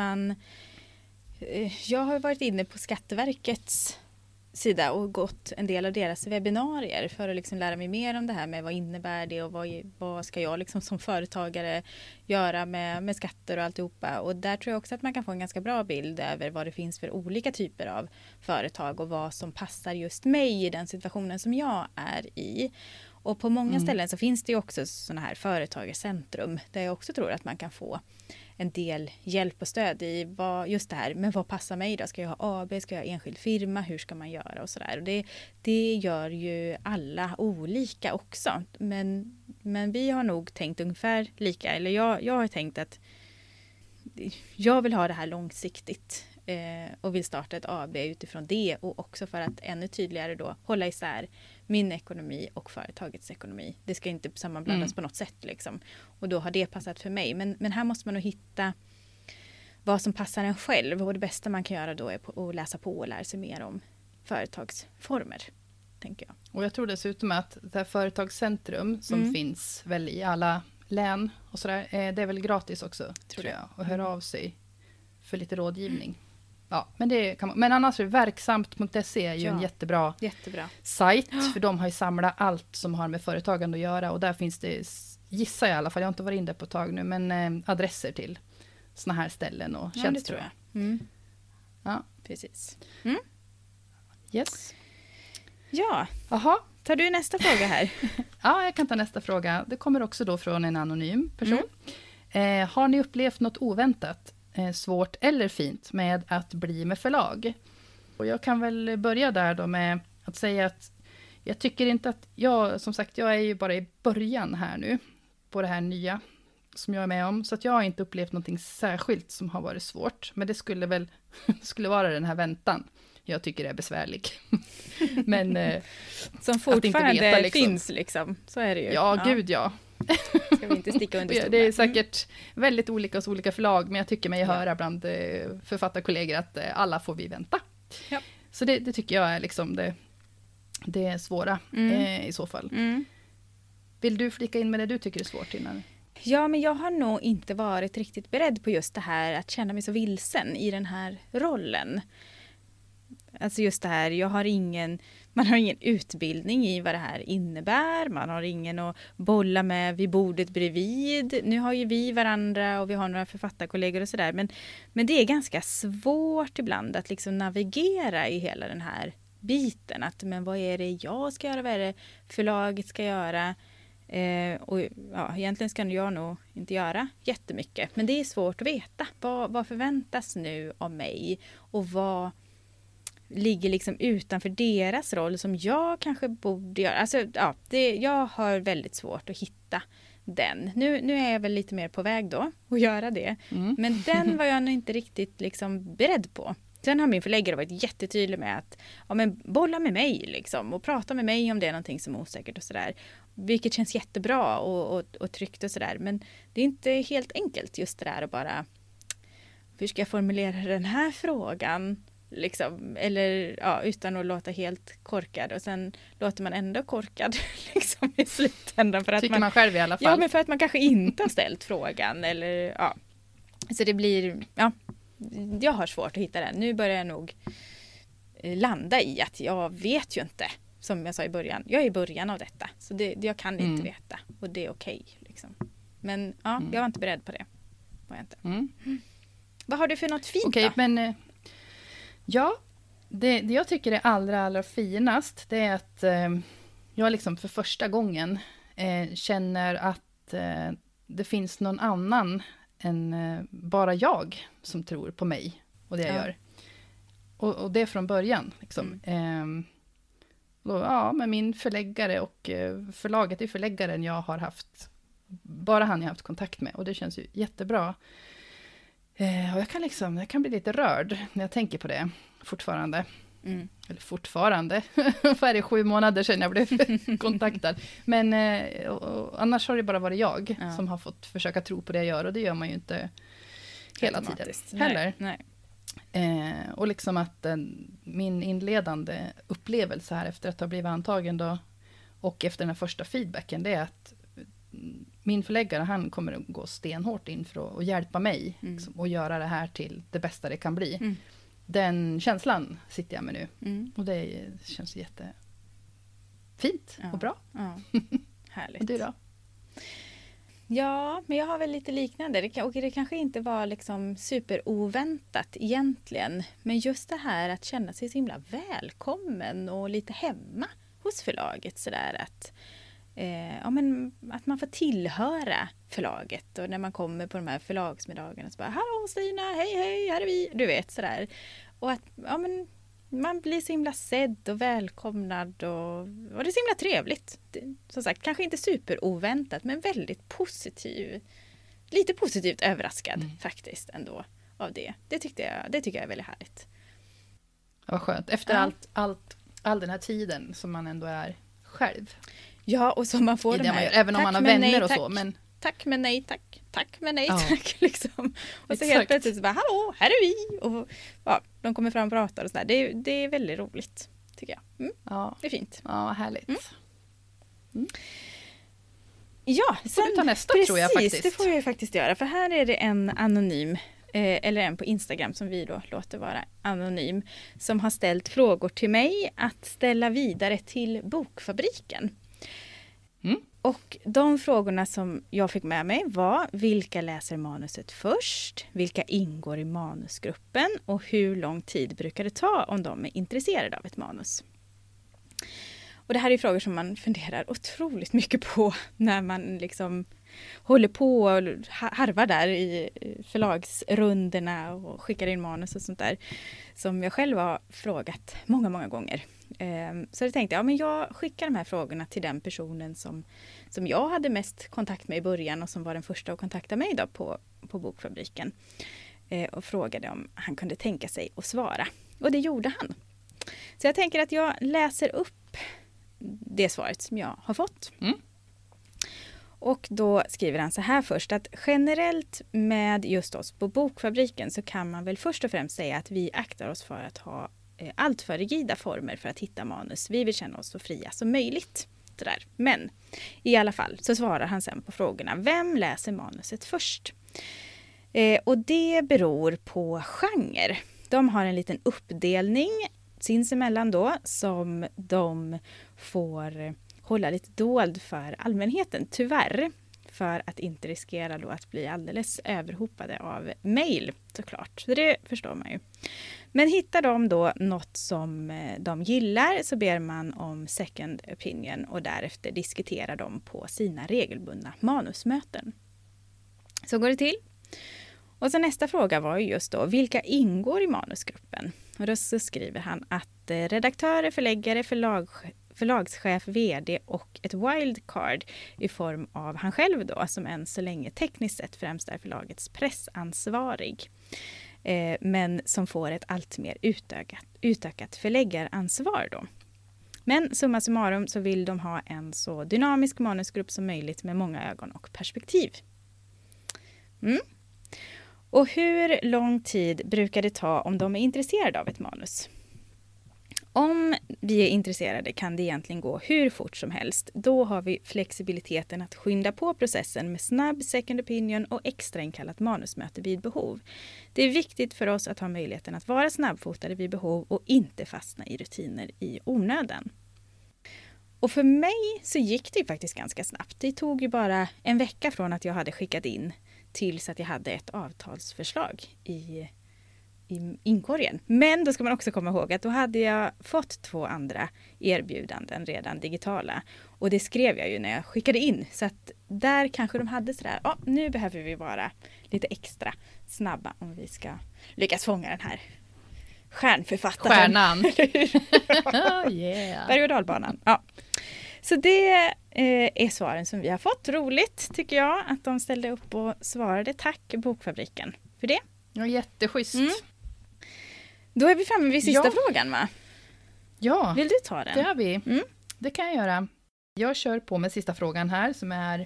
jag har varit inne på Skatteverkets sida och gått en del av deras webbinarier för att lära mig mer om det här med vad innebär det och vad ska jag som företagare göra med skatter och alltihopa. Och där tror jag också att man kan få en ganska bra bild över vad det finns för olika typer av företag och vad som passar just mig i den situationen som jag är i. Och på många ställen så finns det ju också sådana här företagarcentrum där jag också tror att man kan få en del hjälp och stöd i just det här. Men vad passar mig då? Ska jag ha AB? Ska jag ha enskild firma? Hur ska man göra? Och sådär. Och det gör ju alla olika också. Men vi har nog tänkt ungefär lika. Eller jag har tänkt att jag vill ha det här långsiktigt. Och vill starta ett AB utifrån det. Och också för att ännu tydligare då hålla isär min ekonomi och företagets ekonomi. Det ska inte sammanblandas på något sätt Och då har det passat för mig. Men här måste man nog hitta vad som passar en själv. Och det bästa man kan göra då är att läsa på och lära sig mer om företagsformer, tänker jag. Och jag tror dessutom att det här företagscentrum som finns väl i alla län och sådär, det är väl gratis också, tror jag. Och höra av sig för lite rådgivning. Ja, men annars är verksamt.se är ju en jättebra sajt. För de har ju samlat allt som har med företagande att göra. Och där finns det, gissar jag i alla fall, jag har inte varit in där på ett tag nu, men adresser till såna här ställen och tjänster. Ja, det tror jag. Ja, precis. Yes. Ja, Aha. Tar du nästa fråga här? Ja, jag kan ta nästa fråga. Det kommer också då från en anonym person. Har ni upplevt något oväntat, svårt eller fint med att bli med förlag? Och jag kan väl börja där då med att säga att jag tycker inte att jag är ju bara i början här nu på det här nya som jag är med om. Så att jag har inte upplevt någonting särskilt som har varit svårt. Men det skulle väl vara den här väntan. Jag tycker det är besvärlig. Men som fortfarande finns så är det ju. Ja, gud ja. Ska vi inte sticka under stolen. Det är säkert väldigt olika hos olika förlag, men jag tycker mig höra bland författarkollegor att alla får vi vänta. Ja. Så det tycker jag är det är svåra i så fall. Vill du flika in med det du tycker är svårt innan? Ja, men jag har nog inte varit riktigt beredd på just det här att känna mig så vilsen i den här rollen. Alltså just det här, jag har ingen Man har ingen utbildning i vad det här innebär. Man har ingen att bolla med vid bordet bredvid. Nu har ju vi varandra och vi har några författarkollegor och sådär. Men det är ganska svårt ibland att liksom navigera i hela den här biten. Att, men vad är det jag ska göra? Vad är det förlaget ska göra? Och ja, egentligen ska jag nog inte göra jättemycket. Men det är svårt att veta. Vad förväntas nu av mig? Och vad ligger liksom utanför deras roll som jag kanske borde göra. Alltså, ja, jag har väldigt svårt att hitta den. Nu är jag väl lite mer på väg då att göra det. Men den var jag nog inte riktigt liksom beredd på. Sen har min förläggare varit jättetydlig med att bolla med mig liksom, och prata med mig om det är någonting som är osäkert och sådär. Vilket känns jättebra och tryggt och sådär. Men det är inte helt enkelt just det där att bara, hur ska jag formulera den här frågan? Liksom, eller utan att låta helt korkad, och sen låter man ändå korkad liksom, i slutändan för att tycker man själv i alla fall. Ja, men för att man kanske inte har ställt frågan eller så det blir jag har svårt att hitta den. Nu börjar jag nog landa i att jag vet ju inte, som jag sa i början. Jag är i början av detta, så jag kan inte veta, och det är okej liksom. Men jag var inte beredd på det. Var jag inte. Vad har du för något fint då? Men ja, det jag tycker är allra finast, det är att jag liksom för första gången känner att det finns någon annan än bara jag som tror på mig och det jag gör. Och det från början. Liksom. Med min förläggare och förlaget är förläggaren jag har haft, bara han jag haft kontakt med. Och det känns ju jättebra. Och jag kan bli lite rörd när jag tänker på det fortfarande. Eller fortfarande. Vad är det, 7 månader sedan jag blev kontaktad. Men annars har det bara varit jag som har fått försöka tro på det jag gör. Och det gör man ju inte hela tiden heller. Nej. Och liksom att min inledande upplevelse här efter att ha blivit antagen då, och efter den här första feedbacken, det är att min förläggare, han kommer att gå stenhårt in för att hjälpa mig liksom, och göra det här till det bästa det kan bli. Den känslan sitter jag med nu. Och det känns jättefint och bra. Härligt. Och du då? Ja, men jag har väl lite liknande. Och det kanske inte var liksom superoväntat egentligen. Men just det här att känna sig så himla välkommen och lite hemma hos förlaget. Sådär att man får tillhöra förlaget. Och när man kommer på de här förlagsmiddagarna så bara, hallå Stina, hej, här är vi. Du vet, sådär. Och att man blir så himla sedd och välkomnad och det är så himla trevligt. Som sagt, kanske inte superoväntat, men väldigt lite positivt överraskad faktiskt ändå av det. Det tycker jag är väldigt härligt. Ja, vad skönt. Efter all den här tiden som man ändå är själv. Ja, och som man får de här, även om man har vänner och så. Men... Tack men nej tack. Tack men nej tack. Liksom. Och så helt plötsligt så bara, hallå, här är vi. Och de kommer fram och pratar och sådär. Det är väldigt roligt, tycker jag. Ja. Det är fint. Ja, härligt. Ja, sen får du ta nästa, tror jag faktiskt. Det får jag faktiskt göra. För här är det en anonym, eller en på Instagram som vi då låter vara anonym, som har ställt frågor till mig att ställa vidare till Bokfabriken. Och de frågorna som jag fick med mig var: vilka läser manuset först? Vilka ingår i manusgruppen? Och hur lång tid brukar det ta om de är intresserade av ett manus? Och det här är frågor som man funderar otroligt mycket på när man liksom håller på och harvar där i förlagsrunderna och skickar in manus och sånt där. Som jag själv har frågat många gånger. Så jag tänkte, jag skickar de här frågorna till den personen som jag hade mest kontakt med i början och som var den första att kontakta mig då på Bokfabriken. Och frågade om han kunde tänka sig att svara. Och det gjorde han. Så jag tänker att jag läser upp det svaret som jag har fått. Och då skriver han så här först, att generellt med just oss på Bokfabriken så kan man väl först och främst säga att vi aktar oss för att ha allt för rigida former för att hitta manus. Vi vill känna oss så fria som möjligt. Där. Men i alla fall så svarar han sen på frågorna. Vem läser manuset först? Och det beror på genre. De har en liten uppdelning sinsemellan då som de får hålla lite dold för allmänheten, tyvärr. För att inte riskera då att bli alldeles överhopade av mejl såklart. Så det förstår man ju. Men hittar de då något som de gillar så ber man om second opinion och därefter diskuterar de på sina regelbundna manusmöten. Så går det till. Och så nästa fråga var ju just då, vilka ingår i manusgruppen? Och då så skriver han att redaktörer, förläggare, förlagschef, vd och ett wildcard i form av han själv då, som än så länge tekniskt sett främst är förlagets pressansvarig. Men som får ett allt mer utökat förläggaransvar då. Men summa summarum så vill de ha en så dynamisk manusgrupp som möjligt med många ögon och perspektiv. Och hur lång tid brukar det ta om de är intresserade av ett manus? Om vi är intresserade kan det egentligen gå hur fort som helst. Då har vi flexibiliteten att skynda på processen med snabb second opinion och extrainkallat manusmöte vid behov. Det är viktigt för oss att ha möjligheten att vara snabbfotade vid behov och inte fastna i rutiner i onödan. Och för mig så gick det faktiskt ganska snabbt. Det tog ju bara en vecka från att jag hade skickat in tills att jag hade ett avtalsförslag i inkorgen. Men då ska man också komma ihåg att då hade jag fått 2 andra erbjudanden redan digitala. Och det skrev jag ju när jag skickade in. Så att där kanske de hade sådär, nu behöver vi vara lite extra snabba om vi ska lyckas fånga den här stjärnförfattaren. Stjärnan. Yeah. Berg- och dalbanan. Ja. Så det är svaren som vi har fått. Roligt tycker jag att de ställde upp och svarade. Tack Bokfabriken för det. Ja, jätteschysst. Då är vi framme vid sista frågan, va? Ja, vill du ta den? Det har vi. Det kan jag göra. Jag kör på med sista frågan här som är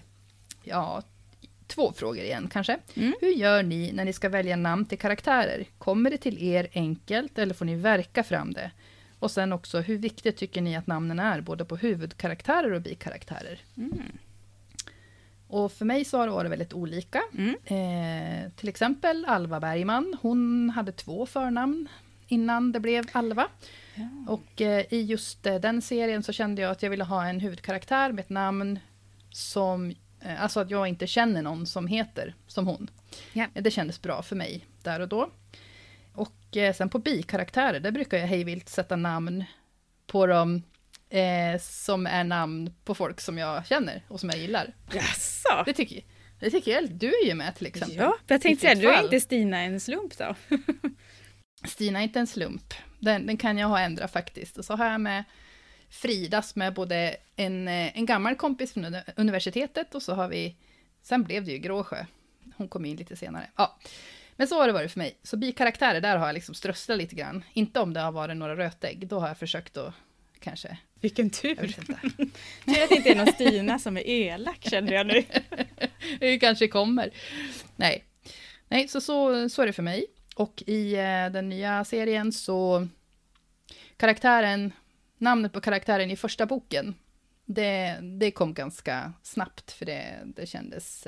2 frågor igen kanske. Hur gör ni när ni ska välja namn till karaktärer? Kommer det till er enkelt eller får ni verka fram det? Och sen också, hur viktigt tycker ni att namnen är både på huvudkaraktärer och bikaraktärer? Och för mig så har det varit väldigt olika. Till exempel Alva Bergman, hon hade 2 förnamn innan det blev Alva. Ja. Och i just den serien så kände jag att jag ville ha en huvudkaraktär med ett namn som, alltså att jag inte känner någon som heter som hon. Ja. Det kändes bra för mig där och då. Och sen på bikaraktärer, där brukar jag hejvilt sätta namn på dem som är namn på folk som jag känner och som jag gillar. Jaså? Det tycker jag. Du är ju med till exempel. Ja, jag tänkte säga, du är inte Stina en slump då? Stina är inte en slump. Den kan jag ha ändrat faktiskt. Och så har jag med Fridas med både en gammal kompis från universitetet och så har vi, sen blev det ju Gråsjö. Hon kom in lite senare. Ja. Men så har det varit för mig. Så bikaraktärer, där har jag liksom strösslat lite grann. Inte om det har varit några rötägg. Då har jag försökt att kanske... Vilken tur! Tur att det inte är någon Stina som är elak, känner jag nu. Det kanske kommer. Nej, så är det för mig. Och i den nya serien så... namnet på karaktären i första boken, det kom ganska snabbt. För det kändes...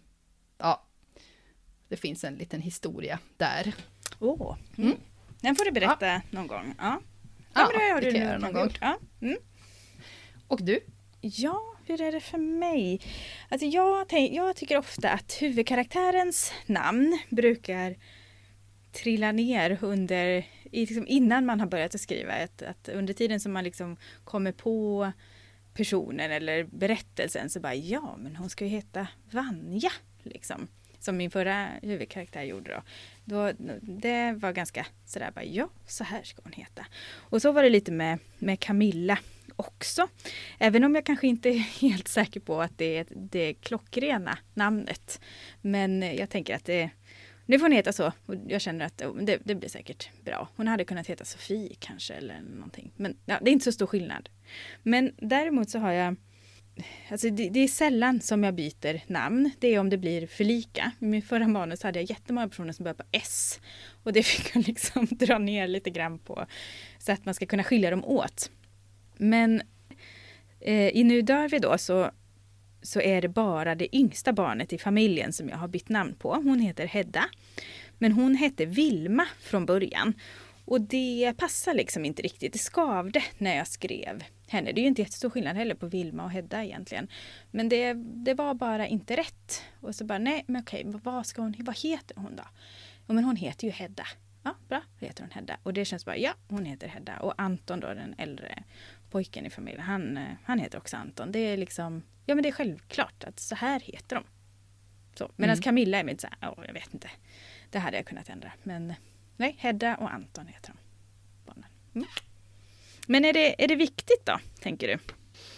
det finns en liten historia där. Den får du berätta någon gång. Ja, men det kan jag göra någon gång. Ja. Och du? Ja, hur är det för mig? Alltså jag tycker ofta att huvudkaraktärens namn brukar trilla ner innan man har börjat att skriva. Att under tiden som man liksom kommer på personen eller berättelsen så bara, men hon ska ju heta Vanja liksom. Som min förra huvudkaraktär gjorde då. Det var ganska sådär bara, så här ska hon heta. Och så var det lite med Camilla också. Även om jag kanske inte är helt säker på att det är det klockrena namnet. Men jag tänker att nu får hon heta så. Och jag känner att det blir säkert bra. Hon hade kunnat heta Sofie kanske eller någonting. Men det är inte så stor skillnad. Men däremot så har jag... Alltså det är sällan som jag byter namn. Det är om det blir för lika. I min förra manus hade jag jättemånga personer som började på S. Och det fick jag liksom dra ner lite grann på. Så att man ska kunna skilja dem åt. Men i Nu dör vi då så är det bara det yngsta barnet i familjen som jag har bytt namn på. Hon heter Hedda. Men hon hette Vilma från början. Och det passar liksom inte riktigt. Det skavde när jag skrev henne. Det är ju inte jättestor skillnad heller på Vilma och Hedda egentligen. Men det var bara inte rätt. Och så bara, nej men okej, vad heter hon då? Ja, men hon heter ju Hedda. Ja, bra, heter hon Hedda. Och det känns bara, ja, hon heter Hedda. Och Anton då, den äldre pojken i familjen, han heter också Anton. Det är liksom, ja men det är självklart att så här heter de. Så. Medan Camilla är med så här, jag vet inte. Det hade jag kunnat ändra. Men nej, Hedda och Anton heter de. Barnen. Mm. Men är det viktigt då, tänker du?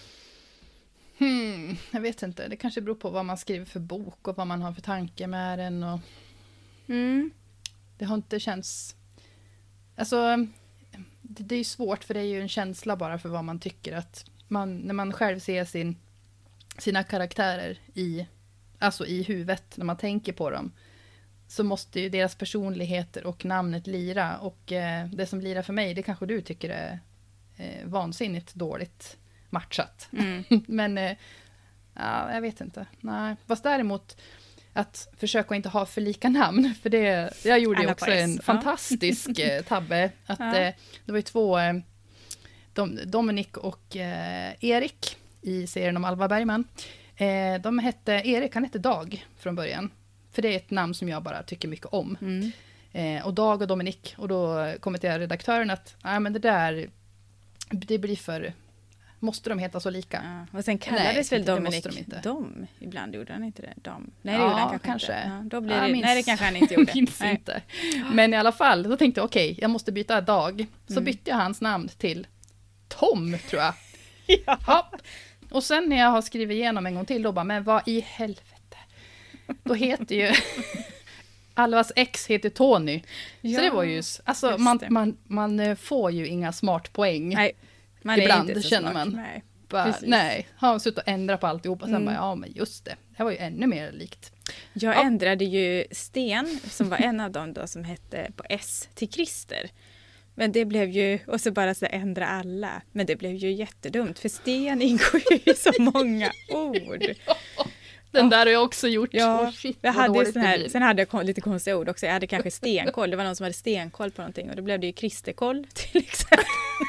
Jag vet inte. Det kanske beror på vad man skriver för bok och vad man har för tanke med den. Och... Det har inte känts... Alltså, det är ju svårt för det är ju en känsla bara för vad man tycker att när man själv ser sina karaktärer i huvudet, när man tänker på dem, så måste ju deras personligheter och namnet lira. Och det som lirar för mig, det kanske du tycker är vansinnigt dåligt matchat. Men ja, jag vet inte. Nej. Fast däremot att försöka inte ha för lika namn. För jag gjorde ju också en fantastisk tabbe. Att det var ju två, Dominic och Erik i serien om Alva Bergman. Erik, han hette Dag från början. För det är ett namn som jag bara tycker mycket om. Och Dag och Dominic. Och då kommenterade redaktören att men det blir för... Måste de heta så lika? Ja. Och sen kallades väl Dominic Dom? Ibland gjorde han inte det. Dom. Nej, det gjorde han kanske inte. Ja, då blir nej, det kanske han inte gjorde. Minns inte. Men i alla fall, då tänkte jag okej, jag måste byta Dag. Så bytte jag hans namn till Tom, tror jag. Ja. Och sen när jag har skrivit igenom en gång till, då bara, men vad i helvete? Då heter ju... Alvas ex heter Tony. Så det var ju... Alltså, man får ju inga smart poäng. Nej. Ibland känner man. Nej, har man suttit och ändrat på alltihop och sen bara, men just det här var ju ännu mer likt. Jag ändrade ju Sten, som var en av dem då, som hette på S, till Christer. Men det blev ju, och så bara så ändra alla. Men det blev ju jättedumt, för Sten ingår ju i så många ord. Den där har jag också gjort. Ja, jag hade sen hade jag lite konstiga ord också. Jag hade kanske stenkoll. Det var någon som hade stenkoll på någonting. Och då blev det ju Kristerkoll till exempel.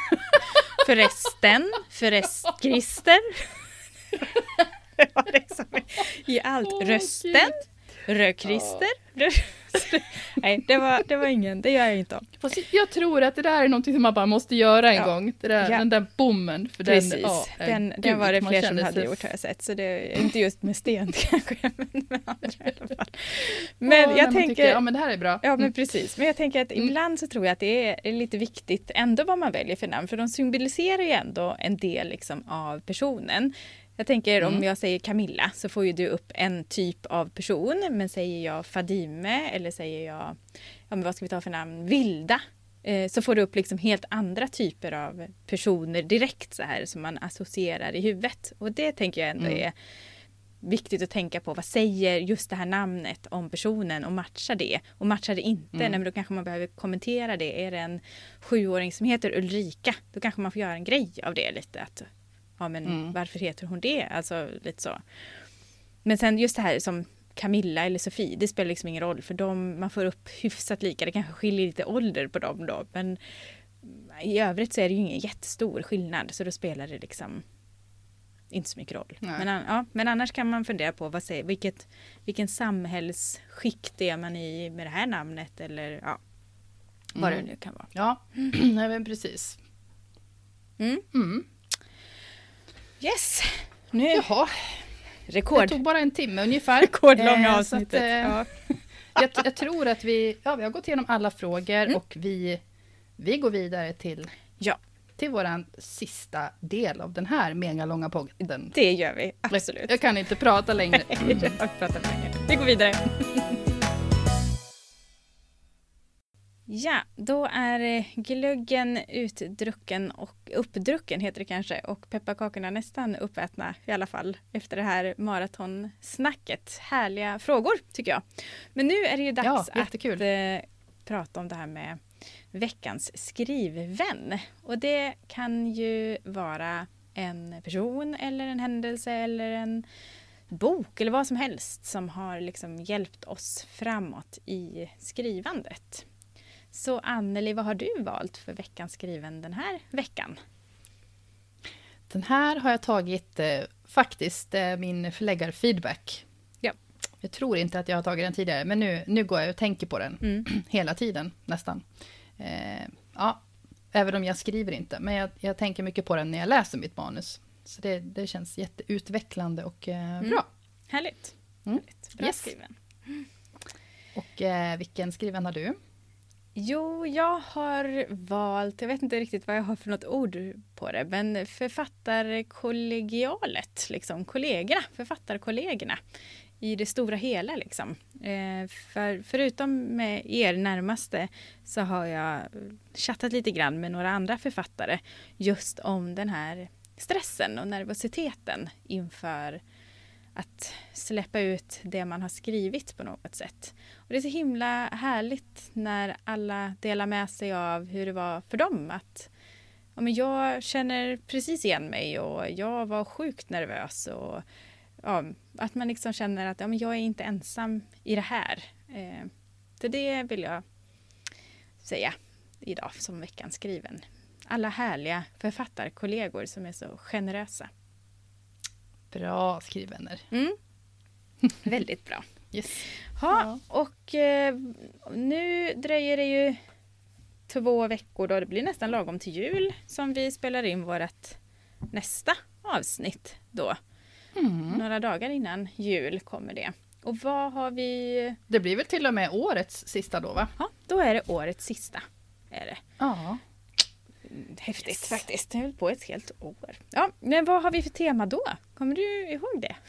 Christer. I allt. Rösten. Rökrister. Nej, det var ingen. Det gör jag inte om. Jag tror att det där är någonting som man bara måste göra en gång. Det där, den där bommen. För precis. Den var det fler som hade gjort, har jag sett. Så det är inte just med Sten kanske, men med andra i alla fall. Men jag tänker... men det här är bra. Ja, men precis. Men jag tänker att ibland så tror jag att det är lite viktigt ändå vad man väljer för namn. För de symboliserar ju ändå en del liksom av personen. Jag tänker om jag säger Camilla så får ju du upp en typ av person. Men säger jag Fadime eller säger jag, men vad ska vi ta för namn, Vilda. Så får du upp liksom helt andra typer av personer direkt så här som man associerar i huvudet. Och det tänker jag ändå är viktigt att tänka på. Vad säger just det här namnet om personen och matchar det? Och matchar det inte, men då kanske man behöver kommentera det. Är det en 7-åring som heter Ulrika, då kanske man får göra en grej av det lite. Att, varför heter hon det? Alltså lite så. Men sen just det här som Camilla eller Sofie, det spelar liksom ingen roll för man får upp hyfsat lika. Det kanske skiljer lite ålder på dem då, men i övrigt så är det ju ingen jättestor skillnad, så då spelar det liksom inte så mycket roll. Men annars kan man fundera på vilken samhällsskikt är man i med det här namnet eller vad det nu kan vara. Ja, nej men precis. Yes. Jaha. Rekord. Det tog bara en timme ungefär. Rekordlånga avsnittet. Jag tror att vi har gått igenom alla frågor och vi går vidare till våran sista del av den här megalånga podden. Det gör vi, absolut. Jag kan inte prata längre. Vi går vidare. Ja, då är glöggen utdrucken och uppdrucken heter det kanske, och pepparkakorna nästan uppätna i alla fall efter det här maratonsnacket. Härliga frågor tycker jag. Men nu är det ju dags att prata om det här med veckans skrivvän. Och det kan ju vara en person eller en händelse eller en bok eller vad som helst som har liksom hjälpt oss framåt i skrivandet. Så Anneli, vad har du valt för veckans skriven den här veckan? Den här har jag tagit faktiskt min förläggarfeedback. Ja. Jag tror inte att jag har tagit den tidigare, men nu går jag och tänker på den hela tiden nästan. Ja, även om jag skriver inte, men jag tänker mycket på den när jag läser mitt manus. Så det känns jätteutvecklande och bra. Härligt. Härligt. Bra skriven. Och vilken skriven har du? Jo, jag har valt, jag vet inte riktigt vad jag har för något ord på det, men författarkollegialet, liksom, författarkollegorna i det stora hela. Liksom. Förutom med er närmaste så har jag chattat lite grann med några andra författare just om den här stressen och nervositeten inför att släppa ut det man har skrivit på något sätt. Och det är så himla härligt när alla delar med sig av hur det var för dem. Att ja, men jag känner precis igen mig och jag var sjukt nervös. Och ja, att man liksom känner att ja, men jag är inte ensam i det här. Så det vill jag säga idag som veckans skriven. Alla härliga författarkollegor som är så generösa. Bra skrivvänner. Väldigt bra. Yes. Ja. Och nu dröjer det ju 2 veckor då. Det blir nästan lagom till jul som vi spelar in vårt nästa avsnitt då. Några dagar innan jul kommer det. Och vad har vi... Det blir väl till och med årets sista då, va? Ja, då är det årets sista. Är det. Ja. Häftigt faktiskt. Det höll på ett helt år. Ja, men vad har vi för tema då? Kommer du ihåg det?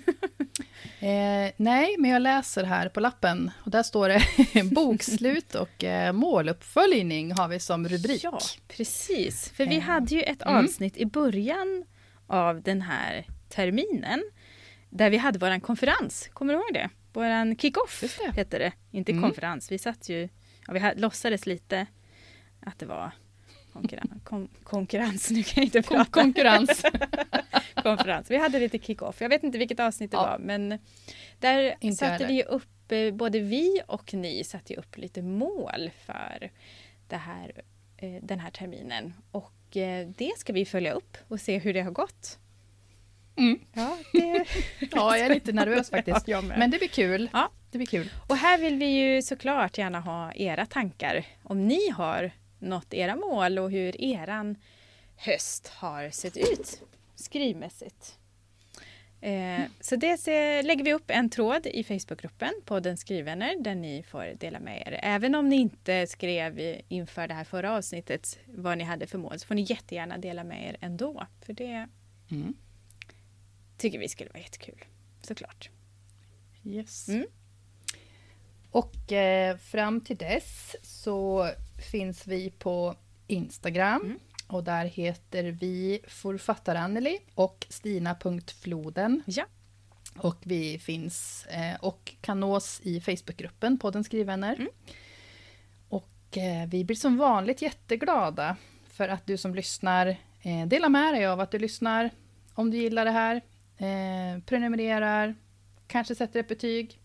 Nej, men jag läser här på lappen. Och där står det bokslut och måluppföljning har vi som rubrik. Ja, precis. För vi hade ju ett avsnitt i början av den här terminen. Där vi hade våran konferens. Kommer du ihåg det? Våran kick-off heter det. Inte konferens. Vi satt ju... Ja, vi låtsades lite att det var... Konkurrens, nu kan jag inte prata. Konkurrens. Konferens. Vi hade lite kick-off. Jag vet inte vilket avsnitt det var, men där inte satte vi upp, både vi och ni satte ju upp lite mål för den här terminen. Och det ska vi följa upp och se hur det har gått. Ja, jag är lite nervös faktiskt. Ja, men det blir kul. Ja. Det blir kul. Och här vill vi ju såklart gärna ha era tankar. Om ni har nått era mål och hur eran höst har sett ut skrivmässigt. Så det lägger vi upp en tråd i Facebookgruppen Podden Skrivvänner där ni får dela med er. Även om ni inte skrev inför det här förra avsnittet vad ni hade för mål så får ni jättegärna dela med er ändå. För det tycker vi skulle vara jättekul. Såklart. Yes. Och fram till dess så finns vi på Instagram och där heter vi Författare-Anneli och Stina.floden. Ja. Och vi finns och kan nås i Facebookgruppen Podden Skrivvänner. Och vi blir som vanligt jätteglada för att du som lyssnar delar med dig av att du lyssnar. Om du gillar det här, prenumererar, kanske sätter ett betyg.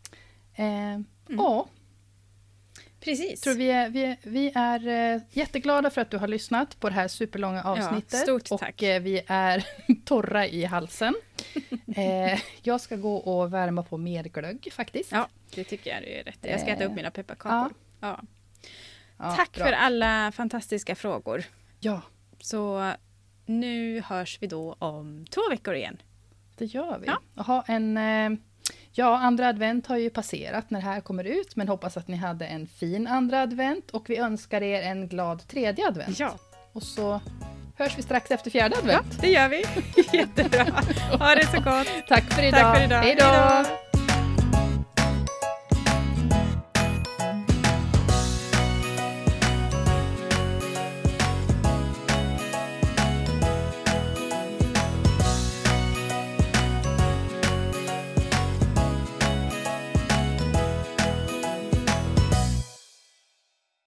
Ja. Precis. Tror vi är jätteglada för att du har lyssnat på det här superlånga avsnittet. Ja, stort tack. Och vi är torra i halsen. Jag ska gå och värma på mer glögg faktiskt. Ja, det tycker jag är rätt. Jag ska äta upp mina pepparkakor. Ja. Tack bra. För alla fantastiska frågor. Ja. Så nu hörs vi då om 2 veckor igen. Det gör vi. Ja. Andra advent har ju passerat när det här kommer ut, men hoppas att ni hade en fin andra advent och vi önskar er en glad 3:e advent. Ja. Och så hörs vi strax efter 4:e advent. Ja, det gör vi. Jättebra. Ha det så gott. Tack för idag. Tack för idag. Hej då.